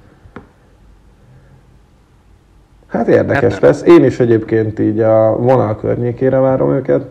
Hát érdekes lesz. Én is egyébként így a vonal környékére várom őket.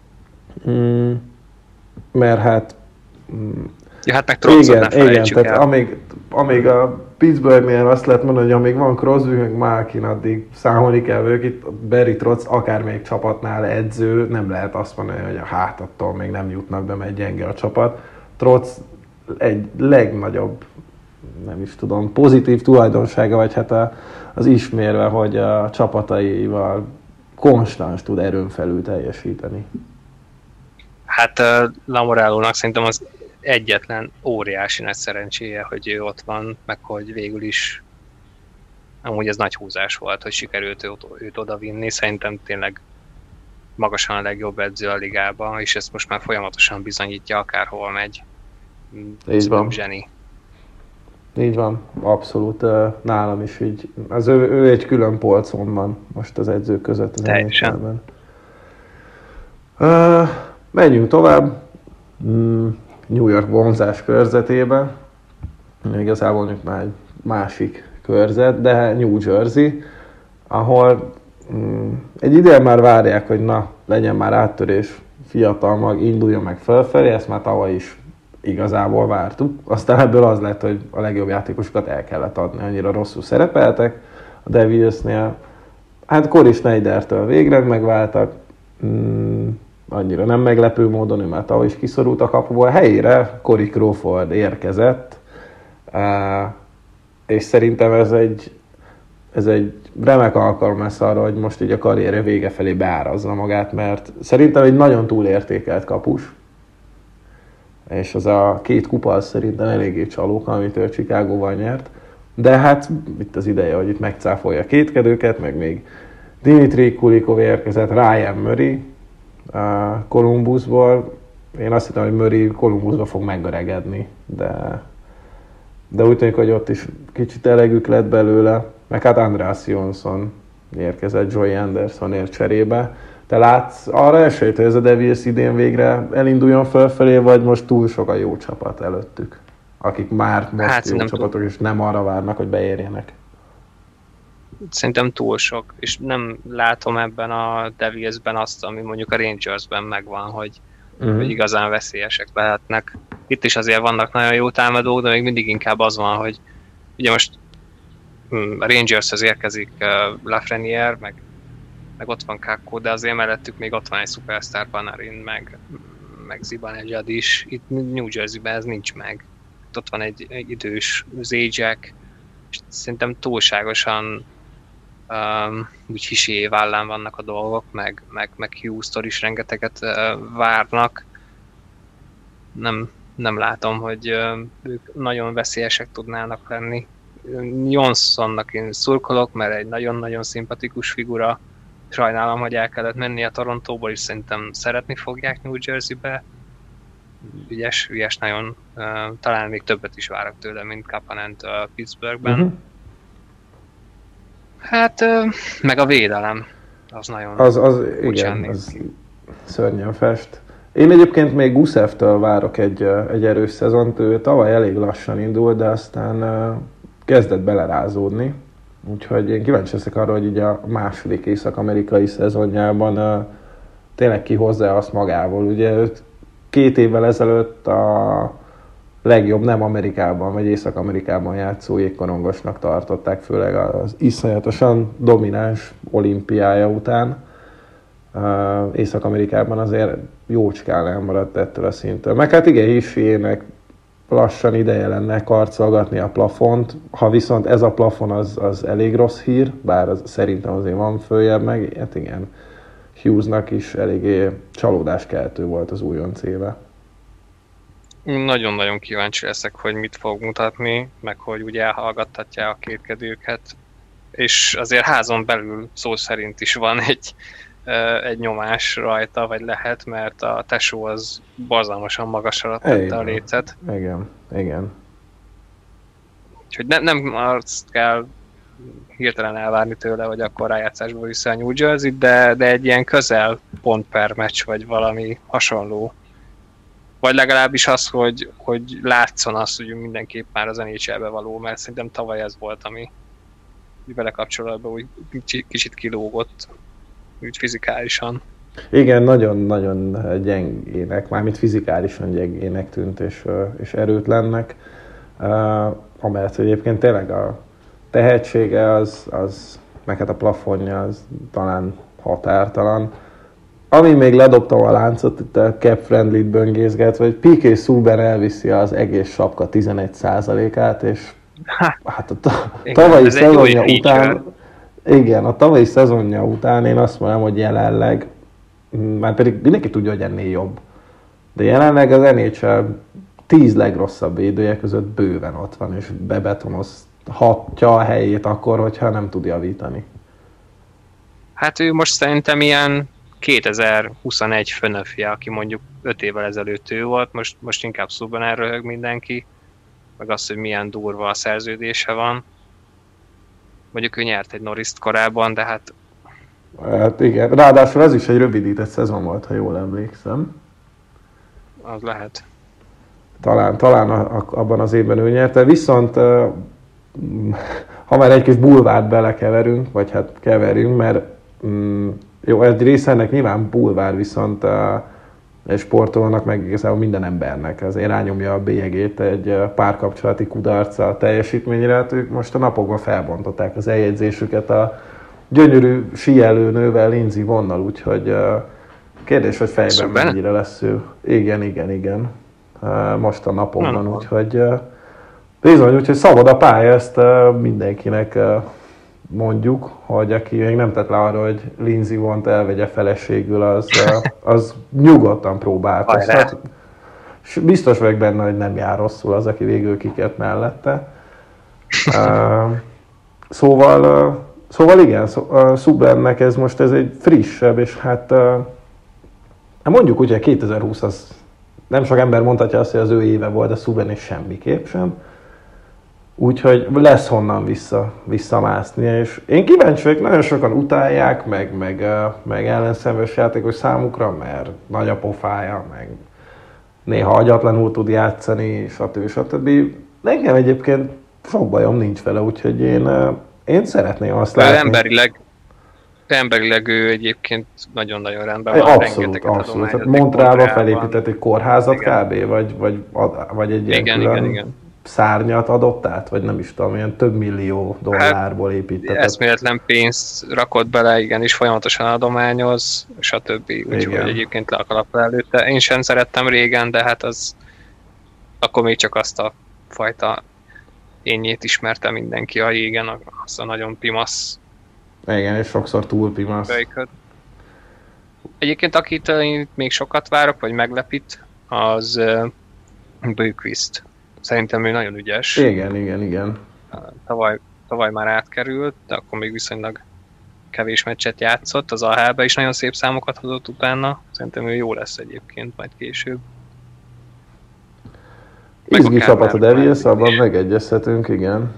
Mert hát... Ja, hát meg Tromsot ne felejtsük el. Tehát amíg a Pittsburghnél azt lehet mondani, hogy amíg van Crosby, meg Malkin, addig számolni kell ők itt. Barry Trotz akármelyik csapatnál edző, nem lehet azt mondani, hogy a hátattól még nem jutnak be, mert gyenge a csapat. Trotz egy legnagyobb, nem is tudom, pozitív tulajdonsága, vagy hát az ismérve, hogy a csapataival konstans tud erőn felül teljesíteni. Hát Lamorellónak szerintem az egyetlen óriási nagy szerencséje, hogy ő ott van, meg hogy végül is amúgy ez nagy húzás volt, hogy sikerült őt odavinni. Szerintem tényleg magasan a legjobb edző a ligában, és ezt most már folyamatosan bizonyítja, akárhol megy. Így van. Zseni. Így van, abszolút nálam is így. Ő egy külön polcon van most az edzők között az NHL-ben. Menjünk tovább. New York vonzás körzetébe. Igazából mondjuk már egy másik körzet, de New Jersey, ahol egy ideje már várják, hogy legyen már áttörés, fiatal mag, induljon meg felfelé, ezt már tavaly is igazából vártuk. Aztán ebből az lett, hogy a legjobb játékosokat el kellett adni, annyira rosszul szerepeltek a Devilsnél. Hát Corey Schneidertől végre megváltak, annyira nem meglepő módon, ő már tavaly is kiszorult a kapuból. Helyére Corey Crawford érkezett, és szerintem ez egy remek alkalom lesz arra, hogy most így a karrierje vége felé beárazza magát, mert szerintem egy nagyon túlértékelt kapus, és az a 2 kupa az szerintem eléggé csalóka, amit ő Chicagóval nyert, de hát itt az ideje, hogy itt megcáfolja a kétkedőket, meg még Dimitri Kulikov érkezett, Ryan Murray Columbusból. Én azt hittem, hogy Murray Columbusba fog megöregedni, de úgy tűnik, hogy ott is kicsit elegük lett belőle, meg hát Andreas Johnson érkezett Joey Andersonért cserébe. Te látsz arra esélyt, hogy ez a Devils idén végre elinduljon fölfelé, vagy most túl sok a jó csapat előttük, akik már most jó csapatok, és nem arra várnak, hogy beérjenek? Szerintem túl sok, és nem látom ebben a Devilsben azt, ami mondjuk a Rangersben megvan, hogy igazán veszélyesek lehetnek. Itt is azért vannak nagyon jó támadók, de még mindig inkább az van, hogy ugye most a Rangershez érkezik Lafreniere, meg ott van Kakko, de azért mellettük még ott van egy Superstar Panarin, meg Zibanejad is. Itt New Jerseyben ez nincs meg. Ott van egy idős Zajac, és szerintem túlságosan úgy hisé vállán vannak a dolgok, meg Hughes-tól is rengeteget várnak. Nem látom, hogy ők nagyon veszélyesek tudnának lenni. Johnsonnak én szurkolok, mert egy nagyon-nagyon szimpatikus figura. Sajnálom, hogy el kellett menni a Torontóból, és szerintem szeretni fogják New Jerseybe. Ügyes nagyon. Talán még többet is várok tőle, mint Kapanent Pittsburghben. Hát, meg a védelem. Az nagyon igen, az szörnyen fest. Én egyébként még Gusevtől várok egy erős szezont, ő tavaly elég lassan indult, de aztán kezdett belerázódni. Úgyhogy én kíváncsi leszek arra, hogy így a második észak-amerikai szezonjában tényleg kihozza azt magából. Ugye 2 évvel ezelőtt a legjobb nem Amerikában vagy Észak-Amerikában játszó jégkorongosnak tartották, főleg az iszonyatosan domináns olimpiája után. Észak-Amerikában azért jócskán elmaradt ettől a szinttől. Meg hát igen, Hischiének lassan ideje lenne karcolgatni a plafont, ha viszont ez a plafon az elég rossz hír, bár az, szerintem azért van följebb meg, hát igen, Hughesnak is eléggé csalódáskeltő volt az újonc éve. Nagyon-nagyon kíváncsi leszek, hogy mit fog mutatni, meg hogy ugye elhallgattatja a kétkedőket, és azért házon belül szó szerint is van egy nyomás rajta, vagy lehet, mert a tesó az borzalmasan magasra tette a lécet. Igen. Úgyhogy nem azt kell hirtelen elvárni tőle, hogy akkor rájátszásból vissza a New Jersey-t, de egy ilyen közel pont per meccs, vagy valami hasonló. Vagy legalábbis az, hogy látszon az, hogy mindenképp már az NHL-be való, mert szerintem tavaly ez volt, ami vele kapcsolatban úgy kicsit kilógott, úgy fizikálisan. Igen, nagyon-nagyon gyengének, mármint fizikálisan gyengének tűnt, és erőtlennek. Amellett, hogy egyébként tényleg a tehetsége az meg hát a plafonja az talán határtalan. Ami még ledobtam a láncot, itt a Cap Friendly-t böngészget, hogy P.K. Subban elviszi az egész sapka 11%-át, és hát a tavalyi szezonja után, igen, a tavalyi szezonja után én azt mondom, hogy jelenleg, már pedig mindenki tudja, hogy ennél jobb, de jelenleg az NHL 10 legrosszabb védője között bőven ott van, és bebetonozhatja a helyét akkor, hogyha nem tud javítani. Hát ő most szerintem ilyen 2021 fönöfje, aki mondjuk 5 évvel ezelőtt ő volt, most inkább szóban elröhög mindenki, meg az, hogy milyen durva a szerződése van. Mondjuk ő nyert egy Norris-t korábban, de hát... Hát igen, ráadásul ez is egy rövidített szezon volt, ha jól emlékszem. Az lehet. Talán abban az évben ő nyerte, viszont ha már egy kis bulvárt belekeverünk, vagy hát keverünk, mert jó, egy része ennek nyilván bulvár, viszont egy sportolónak, meg igazából minden embernek azért rányomja a bélyegét egy párkapcsolati kudarca a teljesítményre. Ők most a napokban felbontották az eljegyzésüket a gyönyörű síelőnővel, Lindsey Vonnal, úgyhogy kérdés, hogy fejben mennyire lesz ő. Igen. Most a napokban, úgyhogy bizony, úgyhogy szabad a pálya, ezt mindenkinek mondjuk, hogy aki még nem tett le arra, hogy Lindsey Vonnt elvegye feleségül, az nyugodtan próbálkozhat. Biztos vagyok benne, hogy nem jár rosszul az, aki végül kikért mellette. Szóval igen, Subbannek ez most egy frissebb, és hát mondjuk úgy, hogy 2020 az nem sok ember mondhatja azt, hogy az ő éve volt, de Subban is semmiképp sem. Úgyhogy lesz honnan visszamászni, és én kíváncsi vagyok, nagyon sokan utálják, meg ellenszenves játékos számukra, mert nagy a pofája, meg néha agyatlanul tud játszani, stb. Nekem egyébként sok bajom nincs vele, úgyhogy én szeretném azt látni. Emberileg ő egyébként nagyon-nagyon rendben van. Abszolút. Tehát Montrealba felépített egy kórházat kb. Vagy egy ilyen külön szárnyat adott át, vagy nem is tudom, ilyen több millió dollárból építetett. Eszméletlen pénzt rakott bele, igen, és folyamatosan adományoz, stb. Úgyhogy egyébként le a kalapra előtte. Én sem szerettem régen, de hát az akkor még csak azt a fajta énjét ismerte mindenki a jégen, azt a nagyon pimasz. Igen, és sokszor túl pimasz. Egyébként akit még sokat várok, vagy meglepít, az Böjkvist. Szerintem ő nagyon ügyes. Igen. Tavaly már átkerült, de akkor még viszonylag kevés meccset játszott. Az AHL-be is nagyon szép számokat hozott utána. Szerintem ő jó lesz egyébként majd később. Izgi csapat a Devils, abban megegyezhetünk, igen.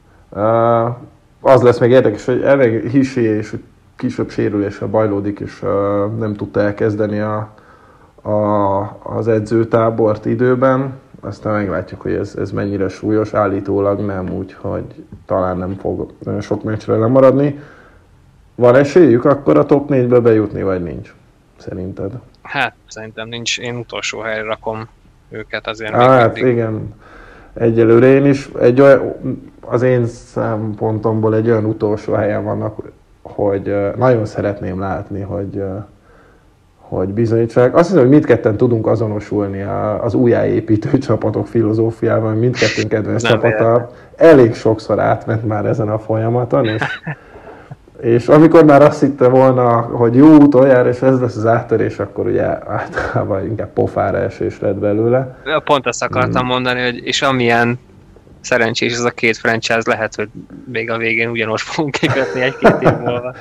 Az lesz még érdekes, hogy elég Hischier és kisebb sérüléssel bajlódik, és nem tudta elkezdeni az edzőtábort időben, aztán meglátjuk, hogy ez mennyire súlyos, állítólag nem, úgyhogy talán nem fog nagyon sok meccsre lemaradni. Van esélyük akkor a top 4-be bejutni, vagy nincs? Szerinted? Hát szerintem nincs, én utolsó helyre rakom őket azért. Hát igen, egyelőre én is az én szempontomból egy olyan utolsó helyen vannak, hogy nagyon szeretném látni, hogy bizonyítsák. Azt hiszem, hogy mindketten tudunk azonosulni az újjáépítő csapatok filozófiával, mindkettőnk kedvenc csapata elég sokszor átment már ezen a folyamaton, és amikor már azt hitte volna, hogy jó utoljára, és ez lesz az áttörés, akkor ugye általában inkább pofára esés lett belőle. Pont azt akartam mondani, hogy és amilyen szerencsés ez a két franchise, lehet, hogy még a végén ugyanúgy fogunk kikötni egy-két év múlva.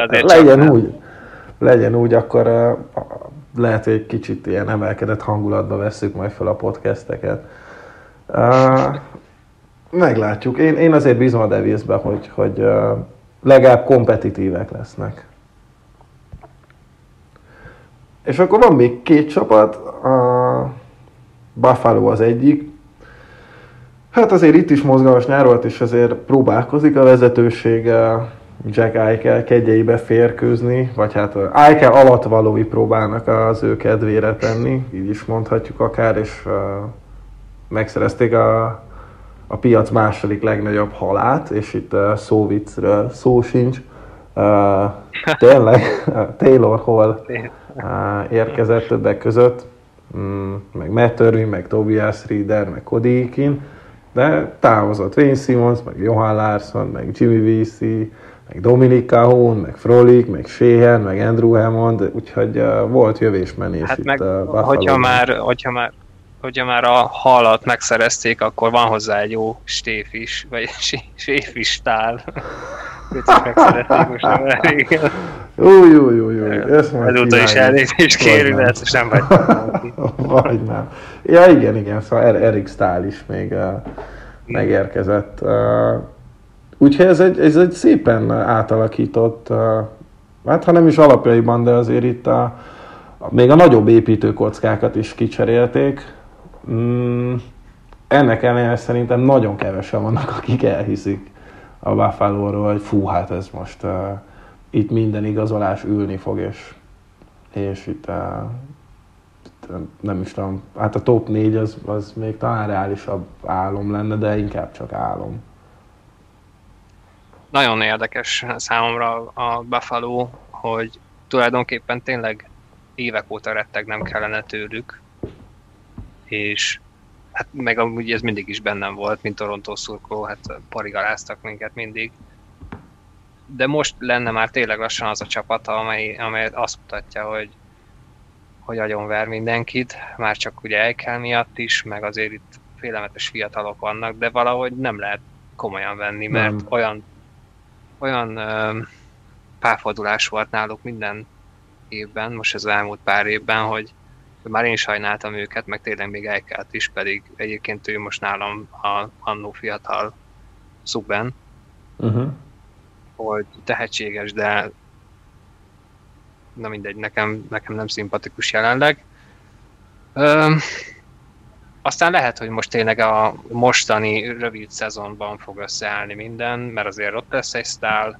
Legyen úgy, akkor lehet, hogy egy kicsit ilyen emelkedett hangulatba vesszük majd fel a podcasteket. Meglátjuk. Én azért bízom a Devilsbe, hogy legalább kompetitívek lesznek. És akkor van még két csapat, a Buffalo az egyik. Hát azért itt is mozgalmas nyár volt, és azért próbálkozik a vezetőség Jack Eichel kedjeibe férkőzni, vagy hát Eichel alattvalói próbálnak az ő kedvére tenni, így is mondhatjuk akár, és megszerezték a piac második legnagyobb halát, és itt szóviccről szó sincs. Tényleg, Taylor Hall érkezett többek között, meg Matt Irving, meg Tobias Rieder, meg Cody Eakin, de távozott Wayne Simmons, meg Johan Larsson, meg Jimmy Vesey, meg Dominic Cahoon, meg Frolik, meg Sheehan, meg Andrew Hammond, úgyhogy volt jövésmenés hát itt meg, hogyha már a halat megszerezték, akkor van hozzá egy jó stéfis, vagy séfis tál. Őt megszerezték most nem elég. Jó. Ezúttal is elnézést kérünk, de ezt nem vagy. Vagy nem. Ja, igen, szóval Erik Stahl is még megérkezett. Úgyhogy ez egy szépen átalakított, hát ha nem is alapjaiban, de azért itt még a nagyobb építőkockákat is kicserélték. Ennek ellenére szerintem nagyon kevesen vannak, akik elhiszik a Buffalo-ról, hogy fú, hát ez most itt minden igazolás ülni fog, és itt nem is tudom, hát a top 4 az még talán reálisabb álom lenne, de inkább csak álom. Nagyon érdekes számomra a Buffalo, hogy tulajdonképpen tényleg évek óta rettegnem kellene tőlük, és hát meg amúgy ez mindig is bennem volt, mint Toronto szurkoló, hát parigaláztak minket mindig. De most lenne már tényleg lassan az a csapat, amely azt mutatja, hogy agyonver mindenkit, már csak ugye Eichel miatt is, meg azért itt félelmetes fiatalok vannak, de valahogy nem lehet komolyan venni, mert olyan párfordulás volt náluk minden évben, most az elmúlt pár évben, hogy már én sajnáltam őket, meg tényleg még Eichelt is, pedig egyébként ő most nálam a annó fiatal Subban, hogy tehetséges, de na mindegy, nekem nem szimpatikus jelenleg. Aztán lehet, hogy most tényleg a mostani rövid szezonban fog összeállni minden, mert azért ott lesz egy Stahl,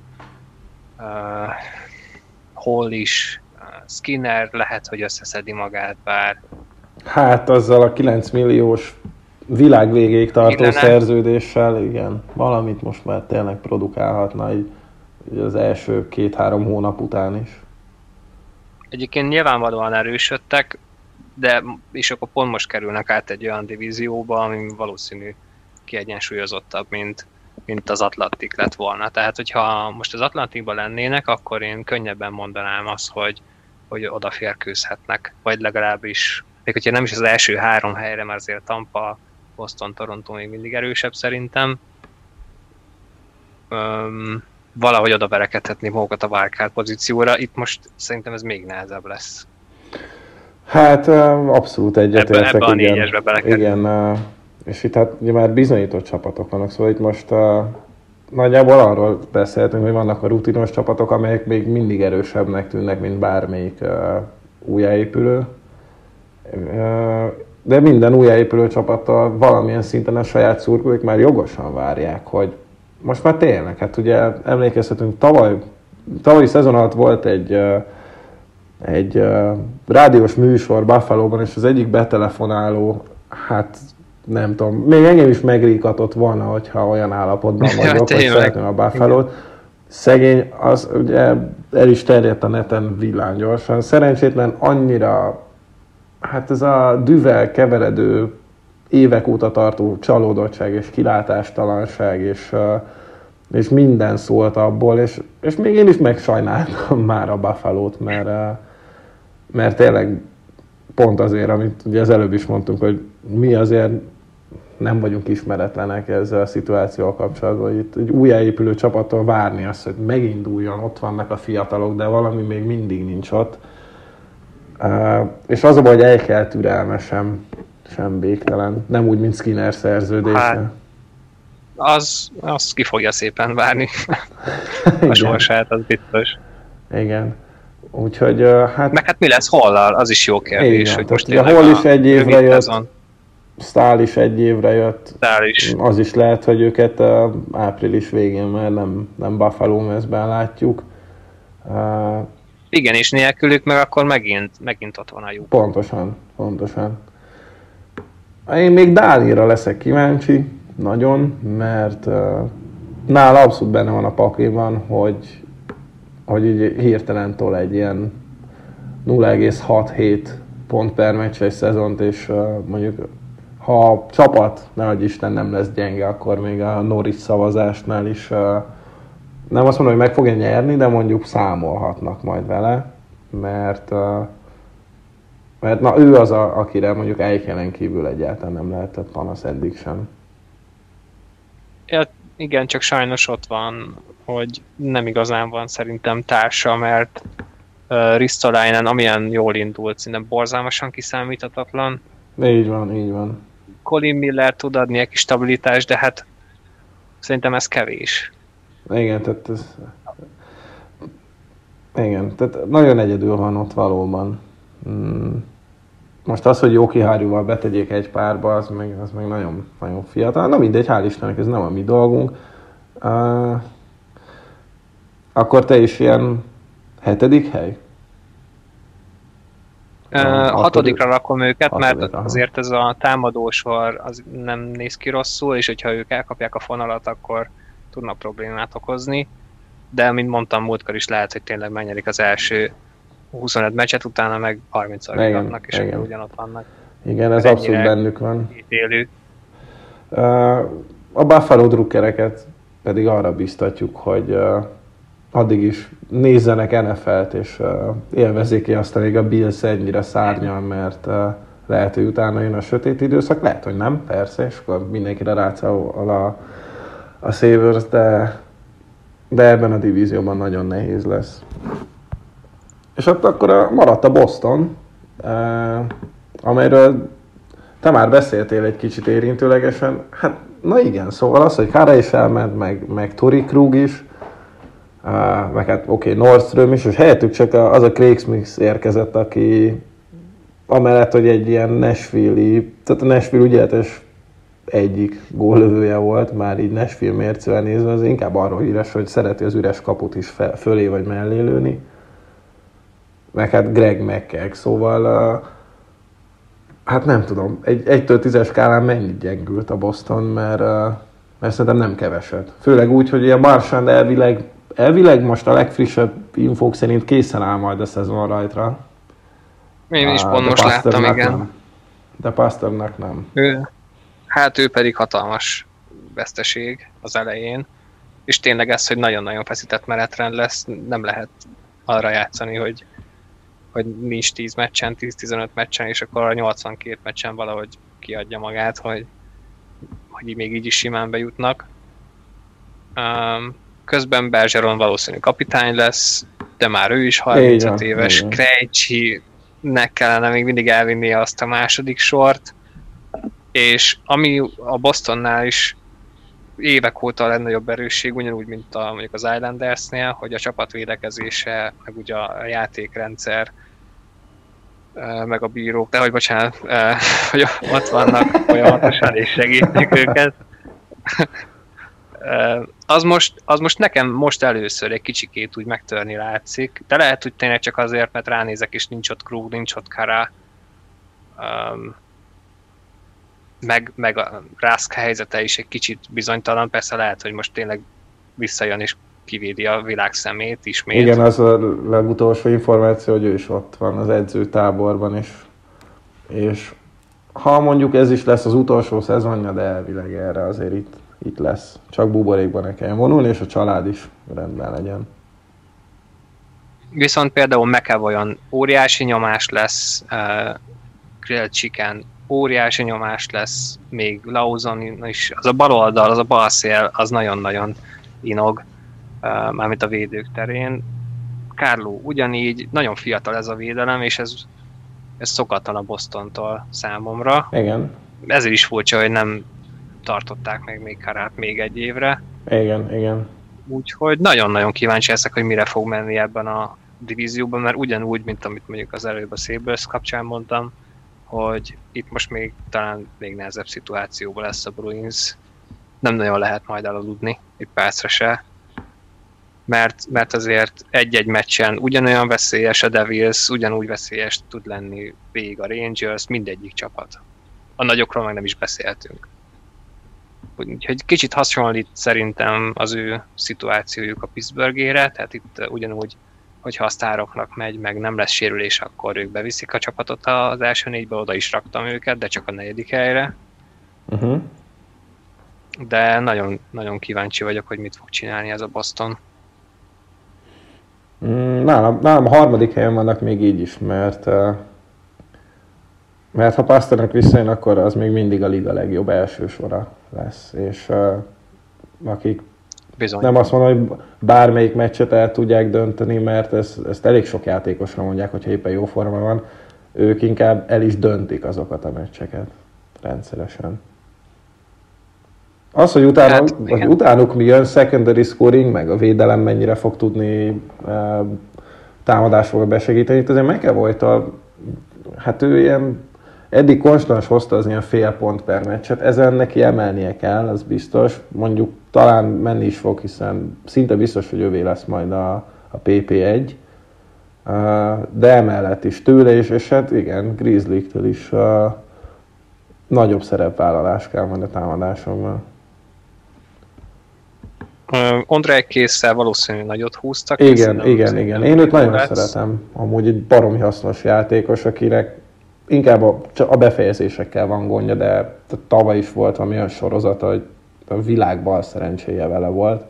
Hall is, Skinner lehet, hogy összeszedi magát, bár... Hát azzal a 9 milliós világ végéig tartó szerződéssel, igen, valamit most már tényleg produkálhatna így az első 2-3 hónap után is. Egyébként nyilvánvalóan erősödtek, de és akkor pont most kerülnek át egy olyan divízióba, ami valószínű kiegyensúlyozottabb, mint az Atlantic lett volna. Tehát, hogyha most az Atlanticban lennének, akkor én könnyebben mondanám azt, hogy odaférkőzhetnek, vagy legalábbis, még hogyha nem is az első 3 helyre, mert azért Tampa, Boston, Toronto még mindig erősebb szerintem, valahogy oda berekedhetni magukat a wildcard pozícióra. Itt most szerintem ez még nehezebb lesz. Hát abszolút egyetértek. Ebbe a 4-esbe belekerül. Igen, és itt hát ugye már bizonyított csapatok vannak, szóval itt most nagyjából arról beszéltünk, hogy vannak a rutinos csapatok, amelyek még mindig erősebbnek tűnnek, mint bármelyik újjáépülő. De minden újjáépülő csapattal valamilyen szinten a saját szurkolóik már jogosan várják, hogy most már tényleg, hát ugye emlékezhetünk, tavalyi szezon alatt volt egy rádiós műsor Buffalóban, és az egyik betelefonáló, hát nem tudom, még engem is megríkatott volna, hogyha olyan állapotban vagyok, hogy szeretném a Buffalót. Szegény, az ugye el is terjedt a neten villámgyorsan. Szerencsétlen annyira, hát ez a düvel keveredő, évek óta tartó csalódottság és kilátástalanság, és minden szólt abból, és még én is megsajnáltam már a Buffalót, mert tényleg pont azért, amit ugye az előbb is mondtunk, hogy mi azért nem vagyunk ismeretlenek ezzel a szituációval kapcsolatban, hogy itt egy újjáépülő csapattól várni azt, hogy meginduljon, ott vannak a fiatalok, de valami még mindig nincs ott. És az a baj, hogy el kell türelme sem végtelen. Nem úgy, mint Skinner szerződése. Hát, az ki fogja szépen várni. A sorsát, az biztos. Igen. Úgyhogy hát... Meg hát mi lesz Hall-al? Az is jó kérdés. Igen, hogy most a Hall is egy évre jött. Staal is egy évre jött. Az is lehet, hogy őket április végén már nem Buffalo mezben látjuk. Igen, és nélkülük meg akkor megint ott van a lyuk. Pontosan. Én még Dálira leszek kíváncsi, nagyon, mert nála abszolút benne van a pakliban, hogy így hirtelen tol egy ilyen 0,67 pont per meccses szezont, és mondjuk ha a csapat, nehogy Isten, nem lesz gyenge, akkor még a Norris szavazásnál is nem azt mondom, hogy meg fogja nyerni, de mondjuk számolhatnak majd vele, mert na, ő az, akire mondjuk Eichelen kívül egyáltalán nem lehetett panasz eddig sem. Ja, igen, csak sajnos ott van, hogy nem igazán van szerintem társa, mert Ristolainen amilyen jól indult, szerintem borzalmasan kiszámíthatatlan. Így van. Colin Miller tud adni egy kis stabilitást, de hát szerintem ez kevés. Igen, tehát nagyon egyedül van ott valóban. Most az, hogy Jóki Háriúval betegyék egy párba, az meg nagyon, nagyon fiatal. Na mindegy, hál' Istennek, ez nem a mi dolgunk. Akkor te is ilyen 7. hely? 6. rakom őket, mert aha. Azért ez a támadósor az nem néz ki rosszul, és hogyha ők elkapják a fonalat, akkor tudnak problémát okozni. De, mint mondtam, múltkor is lehet, hogy tényleg megnyerik az első 25 meccset, utána meg 30-al vigatnak, és akkor ugyanott vannak. Igen, ez abszolút bennük van. Élő. A Buffalo drukkereket pedig arra biztatjuk, hogy addig is nézzenek NFL-t, és élvezzék ki azt, amíg a Bills ennyire szárnyal, mert lehet, hogy utána jön a sötét időszak, lehet, hogy nem, persze, és akkor mindenkire rácál a Sabres, de ebben a divízióban nagyon nehéz lesz. És akkor maradt a Boston, amelyről te már beszéltél egy kicsit érintőlegesen. Hát, na igen, szóval az, hogy Kara is elment, meg Torrey Krug is, meg hát Nordström is, és helyettük csak az a Craig Smith érkezett, aki amellett, hogy egy ilyen Nashville-i, tehát a Nashville ügyeletes egyik góllövője volt, már így Nashville mércével nézve, az inkább arról híres, hogy szereti az üres kaput is fölé vagy mellé lőni. Meg hát Greg McKegg, szóval hát nem tudom, 1-től 10-es skálán mennyit gyengült a Boston, mert szerintem nem keveset. Főleg úgy, hogy a Marchand elvileg most a legfrissebb infók szerint készen áll majd a szezon rajtra. Én is pont most láttam, igen. Nem. De Pasternak nem. Ő pedig hatalmas veszteség az elején. És tényleg ez, hogy nagyon-nagyon feszített menetrend lesz, nem lehet arra játszani, hogy nincs 10 meccsen, 10-15 meccsen, és akkor a 82 meccsen valahogy kiadja magát, hogy még így is simán bejutnak. Közben Bergeron valószínű kapitány lesz, de már ő is 35 éves. Krejcsinek kellene még mindig elvinnie azt a második sort, és ami a Bostonnál is évek óta a legnagyobb erősség, ugyanúgy, mint mondjuk az Islandersnél, hogy a csapatvédekezése, meg ugye a játékrendszer meg a bírók, de hogy bocsánat, hogy ott vannak folyamatosan és segítik őket. Az most nekem most először egy kicsikét úgy megtörni látszik, de lehet, hogy tényleg csak azért, mert ránézek és nincs ott Krug, nincs ott Kara, meg a Rask helyzete is egy kicsit bizonytalan, persze lehet, hogy most tényleg visszajön és kivédi a világ szemét ismét. Igen, az a legutolsó információ, hogy ő is ott van az edzőtáborban is. És ha mondjuk ez is lesz az utolsó szezonja, de elvileg erre azért itt lesz. Csak buborékban ne kelljen vonulni, és a család is rendben legyen. Viszont például McEvoyon óriási nyomás lesz, Grilled Chicken óriási nyomás lesz, még Lawson is, az a bal oldal, az a bal szél, az nagyon-nagyon inog, mármint a védők terén. Carlo ugyanígy, nagyon fiatal ez a védelem, és ez szokatlan a Bostontól számomra. Igen. Ezért is furcsa, hogy nem tartották meg még Carát még egy évre. Igen. Úgyhogy nagyon-nagyon kíváncsi leszek, hogy mire fog menni ebben a divízióban, mert ugyanúgy, mint amit mondjuk az előbb a Sabres kapcsán mondtam, hogy itt most még talán még nehezebb szituációban lesz a Bruins. Nem nagyon lehet majd elaludni, egy percre se. Mert azért egy-egy meccsen ugyanolyan veszélyes a Devils, ugyanúgy veszélyes tud lenni végig a Rangers, mindegyik csapat. A nagyokról meg nem is beszéltünk. Úgyhogy kicsit hasonlít szerintem az ő szituációjuk a Pittsburghére, tehát itt ugyanúgy, hogyha a sztároknak megy, meg nem lesz sérülés, akkor ők beviszik a csapatot az első négybe, oda is raktam őket, de csak a 4. helyre. Uh-huh. De nagyon, nagyon kíváncsi vagyok, hogy mit fog csinálni ez a Boston. Nálam a 3. helyen vannak még így is, mert ha Pasternak visszajön, akkor az még mindig a liga legjobb első sora lesz, és akik Bizony. nem azt mondom, hogy bármelyik meccset el tudják dönteni, mert ezt elég sok játékosra mondják, hogyha éppen jó forma van, ők inkább el is döntik azokat a meccseket rendszeresen. Az, hogy utánuk mi jön, secondary scoring, meg a védelem mennyire fog tudni támadásból besegíteni, itt azért McEvoy-tal, hát ő ilyen eddig konstans hozta az ilyen fél pont per meccset, ezen neki emelnie kell, az biztos. Mondjuk talán menni is fog, hiszen szinte biztos, hogy övé lesz majd a PP1. De emellett is tőle is, és hát igen, Grizzly-től is nagyobb szerepvállalás kell majd a támadásokban. Ondrej Késszel valószínűleg nagyot húztak. Igen. Én őt nagyon szeretem. Amúgy egy baromi hasznos játékos, akinek inkább a befejezésekkel van gondja, de tavaly is volt valami olyan sorozata, hogy a világ bal szerencséje vele volt.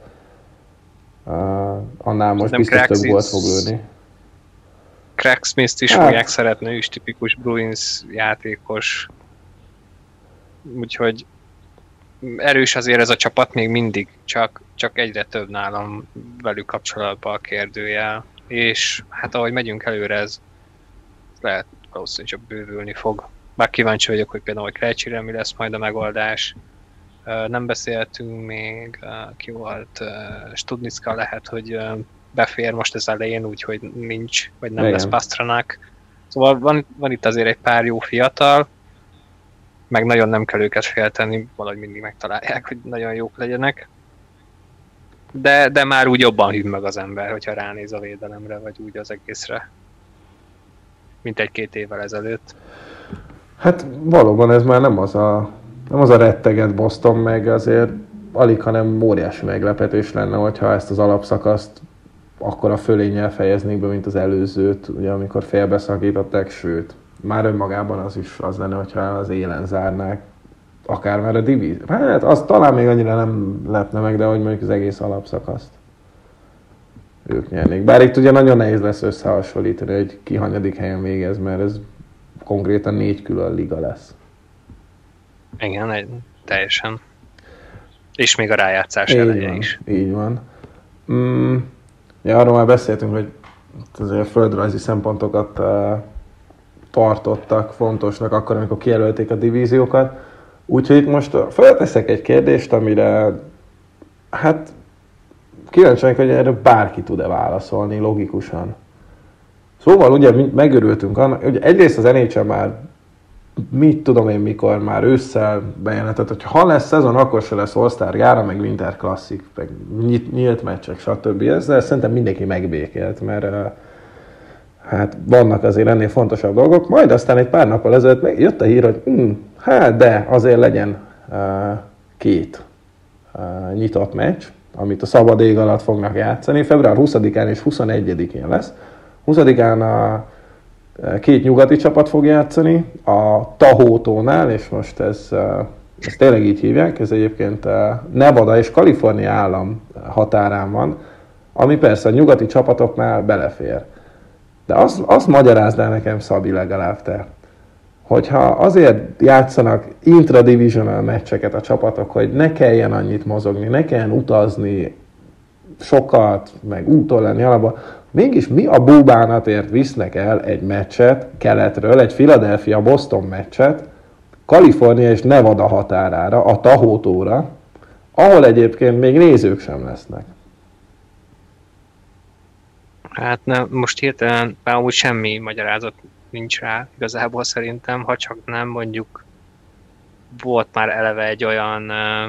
Annál most biztos több gólt fog lőni. Craig Smith-t is fogják szeretni, ő is tipikus Bruins játékos. Úgyhogy erős azért ez a csapat még mindig, csak egyre több nálam velük kapcsolatban a kérdőjel. És hát ahogy megyünk előre, ez lehet valószínűleg csak bővülni fog. Bár kíváncsi vagyok, hogy például Krejcire mi lesz majd a megoldás. Nem beszéltünk még, ki volt, Studnicka lehet, hogy befér most ez elején, úgyhogy nincs, vagy nem lesz Pastrnak. Szóval van itt azért egy pár jó fiatal, meg nagyon nem kell őket félteni, valahogy mindig megtalálják, hogy nagyon jók legyenek. De már úgy jobban hűl meg az ember, hogyha ránéz a védelemre, vagy úgy az egészre, mint 1-2 évvel ezelőtt. Hát valóban ez már nem az a retteget Boston, meg azért alig, hanem óriási meglepetés lenne, hogyha ezt az alapszakaszt akkor a fölénnyel fejeznék be, mint az előzőt, ugye, amikor félbeszakították, sőt, már önmagában az is az lenne, hogyha az élen zárnák, akár már a divízió. Hát az talán még annyira nem lepne meg, de hogy mondjuk az egész alapszakaszt ők nyernék. Bár itt ugye nagyon nehéz lesz összehasonlítani, hogy ki hanyadik helyen végez, mert ez konkrétan 4 külön liga lesz. Igen, teljesen. És még a rájátszás eleje is. Így van. Ja, arról már beszéltünk, hogy azért földrajzi szempontokat tartottak fontosnak akkor, amikor kijelölték a divíziókat. Úgyhogy itt most felteszek egy kérdést, amire hát kíváncsi vagyok, hogy erre bárki tud-e válaszolni logikusan. Szóval ugye megörültünk annak, ugye egyrészt az NHL már mit tudom én mikor, már ősszel bejelentett, hogy ha lesz szezon, akkor se lesz All-Star Gára, meg Winter Classic, meg nyílt meccsek, stb. Ezzel szerintem mindenki megbékélt, mert hát vannak azért ennél fontosabb dolgok. Majd aztán egy pár nappal ezelőtt jött a hír, hogy hát de azért legyen két nyitott meccs, amit a szabad ég alatt fognak játszani. Február 20-án és 21-én lesz. 20-án két nyugati csapat fog játszani, a Tahótónál, és most ezt tényleg így hívják, ez egyébként Nevada és Kalifornia állam határán van, ami persze a nyugati csapatoknál belefér. De azt magyarázd el nekem, Szabi, legalább te, hogyha azért játszanak intradivisional meccseket a csapatok, hogy ne kelljen annyit mozogni, ne kelljen utazni sokat, meg úton lenni alapban, mégis mi a búbánatért visznek el egy meccset keletről, egy Philadelphia-Boston meccset, Kalifornia és Nevada határára, a Tahótóra, ahol egyébként még nézők sem lesznek. Hát most hirtelen úgy semmi magyarázat nincs rá igazából szerintem, ha csak nem mondjuk volt már eleve egy olyan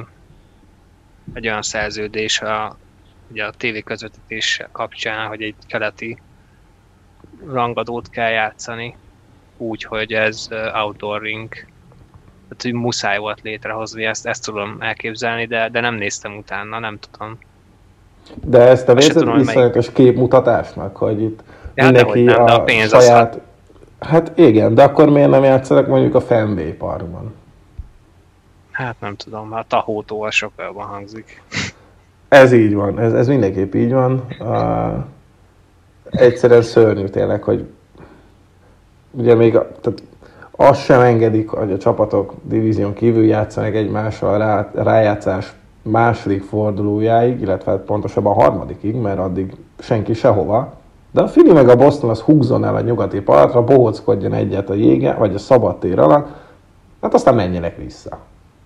szerződés ugye a tévé közvetítés kapcsán, hogy egy keleti rangadót kell játszani, úgyhogy ez outdoor ring. Tehát, hogy muszáj volt létrehozni, ezt tudom elképzelni, de nem néztem utána, nem tudom. De ezt a vérzett viszonyatos képmutatásnak, hogy itt ja, mindenki nem, a saját... Hát igen, de akkor miért nem játszanak mondjuk a Fenway Parkban? Hát nem tudom, a Tahótó sokkal jobban hangzik. Ez így van, ez mindenképp így van. Egyszerűen szörnyű tényleg, hogy ugye még tehát azt sem engedik, hogy a csapatok divízión kívül játszanak egymással rájátszás második fordulójáig, illetve pontosabban a harmadikig, mert addig senki sehova. De a Philly meg a Boston az húzzon el a nyugati partra, bohóckodjon egyet a jégen, vagy a szabadtér alatt, hát aztán menjenek vissza.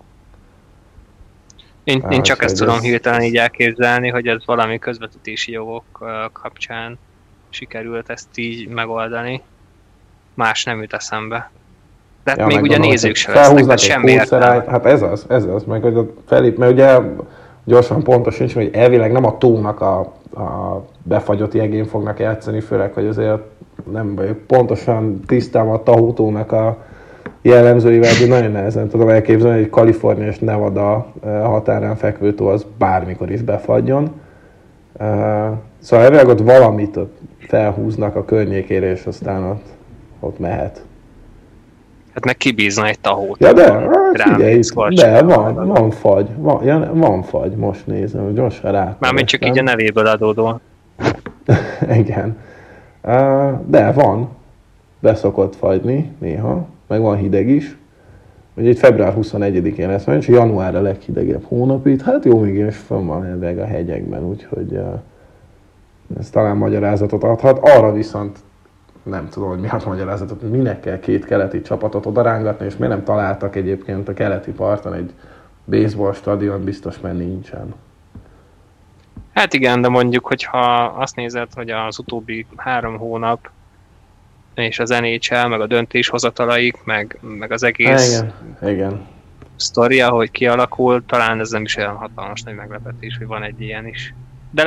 Én csak ezt tudom hirtelen így elképzelni, hogy ez valami közvetítési jogok kapcsán sikerült ezt így megoldani. Más nem jut eszembe. De ja, még ugye nézők se lesznek, de semmi értelme. Hát ez az, meg hogy felép, mert ugye gyorsan pontos nincs, hogy elvileg nem a tónak a befagyott jegén fognak játszani, főleg, hogy azért nem vagyok pontosan tisztában a Tahótónak a jellemzőivel, de nagyon nehezen tudom elképzelni, hogy Kalifornia és Nevada határán fekvő tó az bármikor is befagyjon. Szóval elvileg ott valamit ott felhúznak a környékére, és aztán ott mehet. Hát meg kibízna egy Tahót. Ja de, figyelj, de van fagy. Van fagy, most nézem, gyorsan rá. Mármint csak így a nevéből adódó. Igen. De van. Beszokott fagyni néha, meg van hideg is. Ugye itt február 21-én lesz, és január a leghidegebb hónap itt. Hát jó, még is fönn van elveg a hegyekben, úgyhogy ez talán magyarázatot adhat. Arra viszont nem tudom, hogy mi a magyarázatot, minek kell két keleti csapatot odarángatni, és miért nem találtak egyébként a keleti parton egy baseball stadion, biztos, mert nincsen. Hát igen, de mondjuk, hogyha azt nézed, hogy az utóbbi 3 hónap és az NHL, meg a döntéshozatalaik, meg az egész igen. sztoria, hogy kialakul, talán ez nem is olyan hatalmas nagy meglepetés, hogy van egy ilyen is. De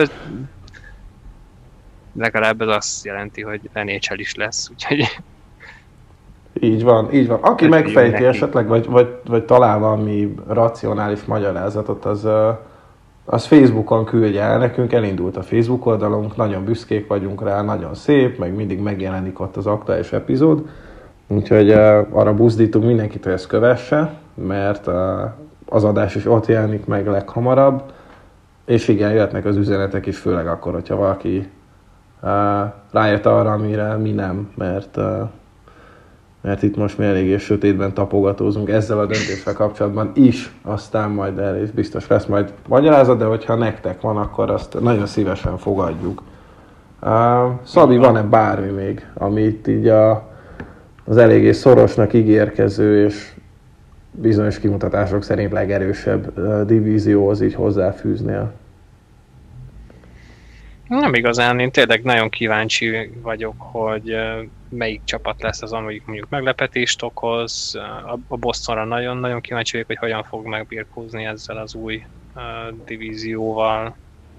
legalább ez azt jelenti, hogy NHL is lesz, úgyhogy... Így van. Aki megfejti esetleg, vagy talál valami racionális magyarázatot, az Facebookon küldje el nekünk, elindult a Facebook oldalunk, nagyon büszkék vagyunk rá, nagyon szép, meg mindig megjelenik ott az aktuális epizód. Úgyhogy arra buzdítunk mindenkit, hogy ezt kövesse, mert az adás is ott jelenik meg leghamarabb. És igen, jöhetnek az üzenetek is, főleg akkor, hogyha valaki rájött arra, amire mi nem, mert itt most mi eléggé sötétben tapogatózunk ezzel a döntéssel kapcsolatban is, aztán majd erre is biztos lesz majd magyarázat, de hogyha nektek van, akkor azt nagyon szívesen fogadjuk. Szabi, van-e bármi még, amit így az eléggé szorosnak ígérkező és bizonyos kimutatások szerint legerősebb divízióhoz így hozzáfűznél? Nem igazán, én tényleg nagyon kíváncsi vagyok, hogy melyik csapat lesz az, amelyik mondjuk meglepetést okoz. A Bostonra nagyon-nagyon kíváncsi vagyok, hogy hogyan fog megbirkózni ezzel az új divízióval.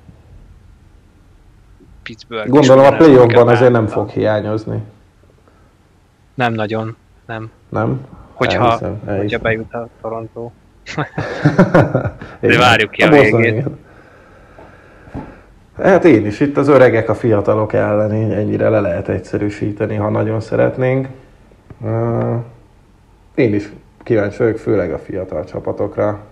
Pittsburgh. Gondolom a playoffban azért nem fog hiányozni. Nem nagyon, nem. Nem? Hogyha bejut a Toronto. De várjuk ki a végét. Hát én is, itt az öregek a fiatalok ellen, ennyire le lehet egyszerűsíteni, ha nagyon szeretnénk. Én is kíváncsi vagyok, főleg a fiatal csapatokra.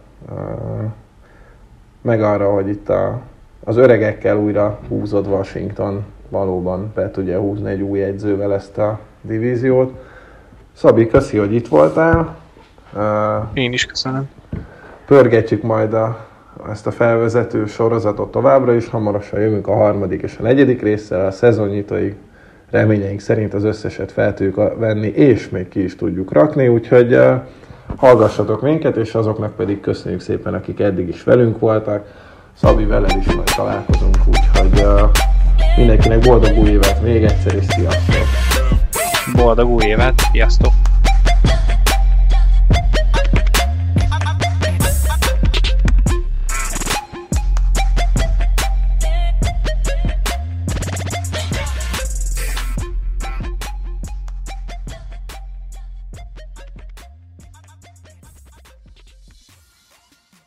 Meg arra, hogy itt az öregekkel újra húzod Washington valóban be tudja húzni egy új edzővel ezt a divíziót. Szabi, köszi, hogy itt voltál. Én is köszönöm. Pörgetjük majd ezt a felvezető sorozatot továbbra is. Hamarosan jövünk a 3. és a 4. résszel, a szezonnyitóig reményeink szerint az összeset fel tudjuk venni, és még ki is tudjuk rakni, úgyhogy hallgassatok minket, és azoknak pedig köszönjük szépen, akik eddig is velünk voltak. Szabi, veled is majd találkozunk, úgyhogy mindenkinek boldog új évet még egyszer, és sziasztok! Boldog új évet, sziasztok!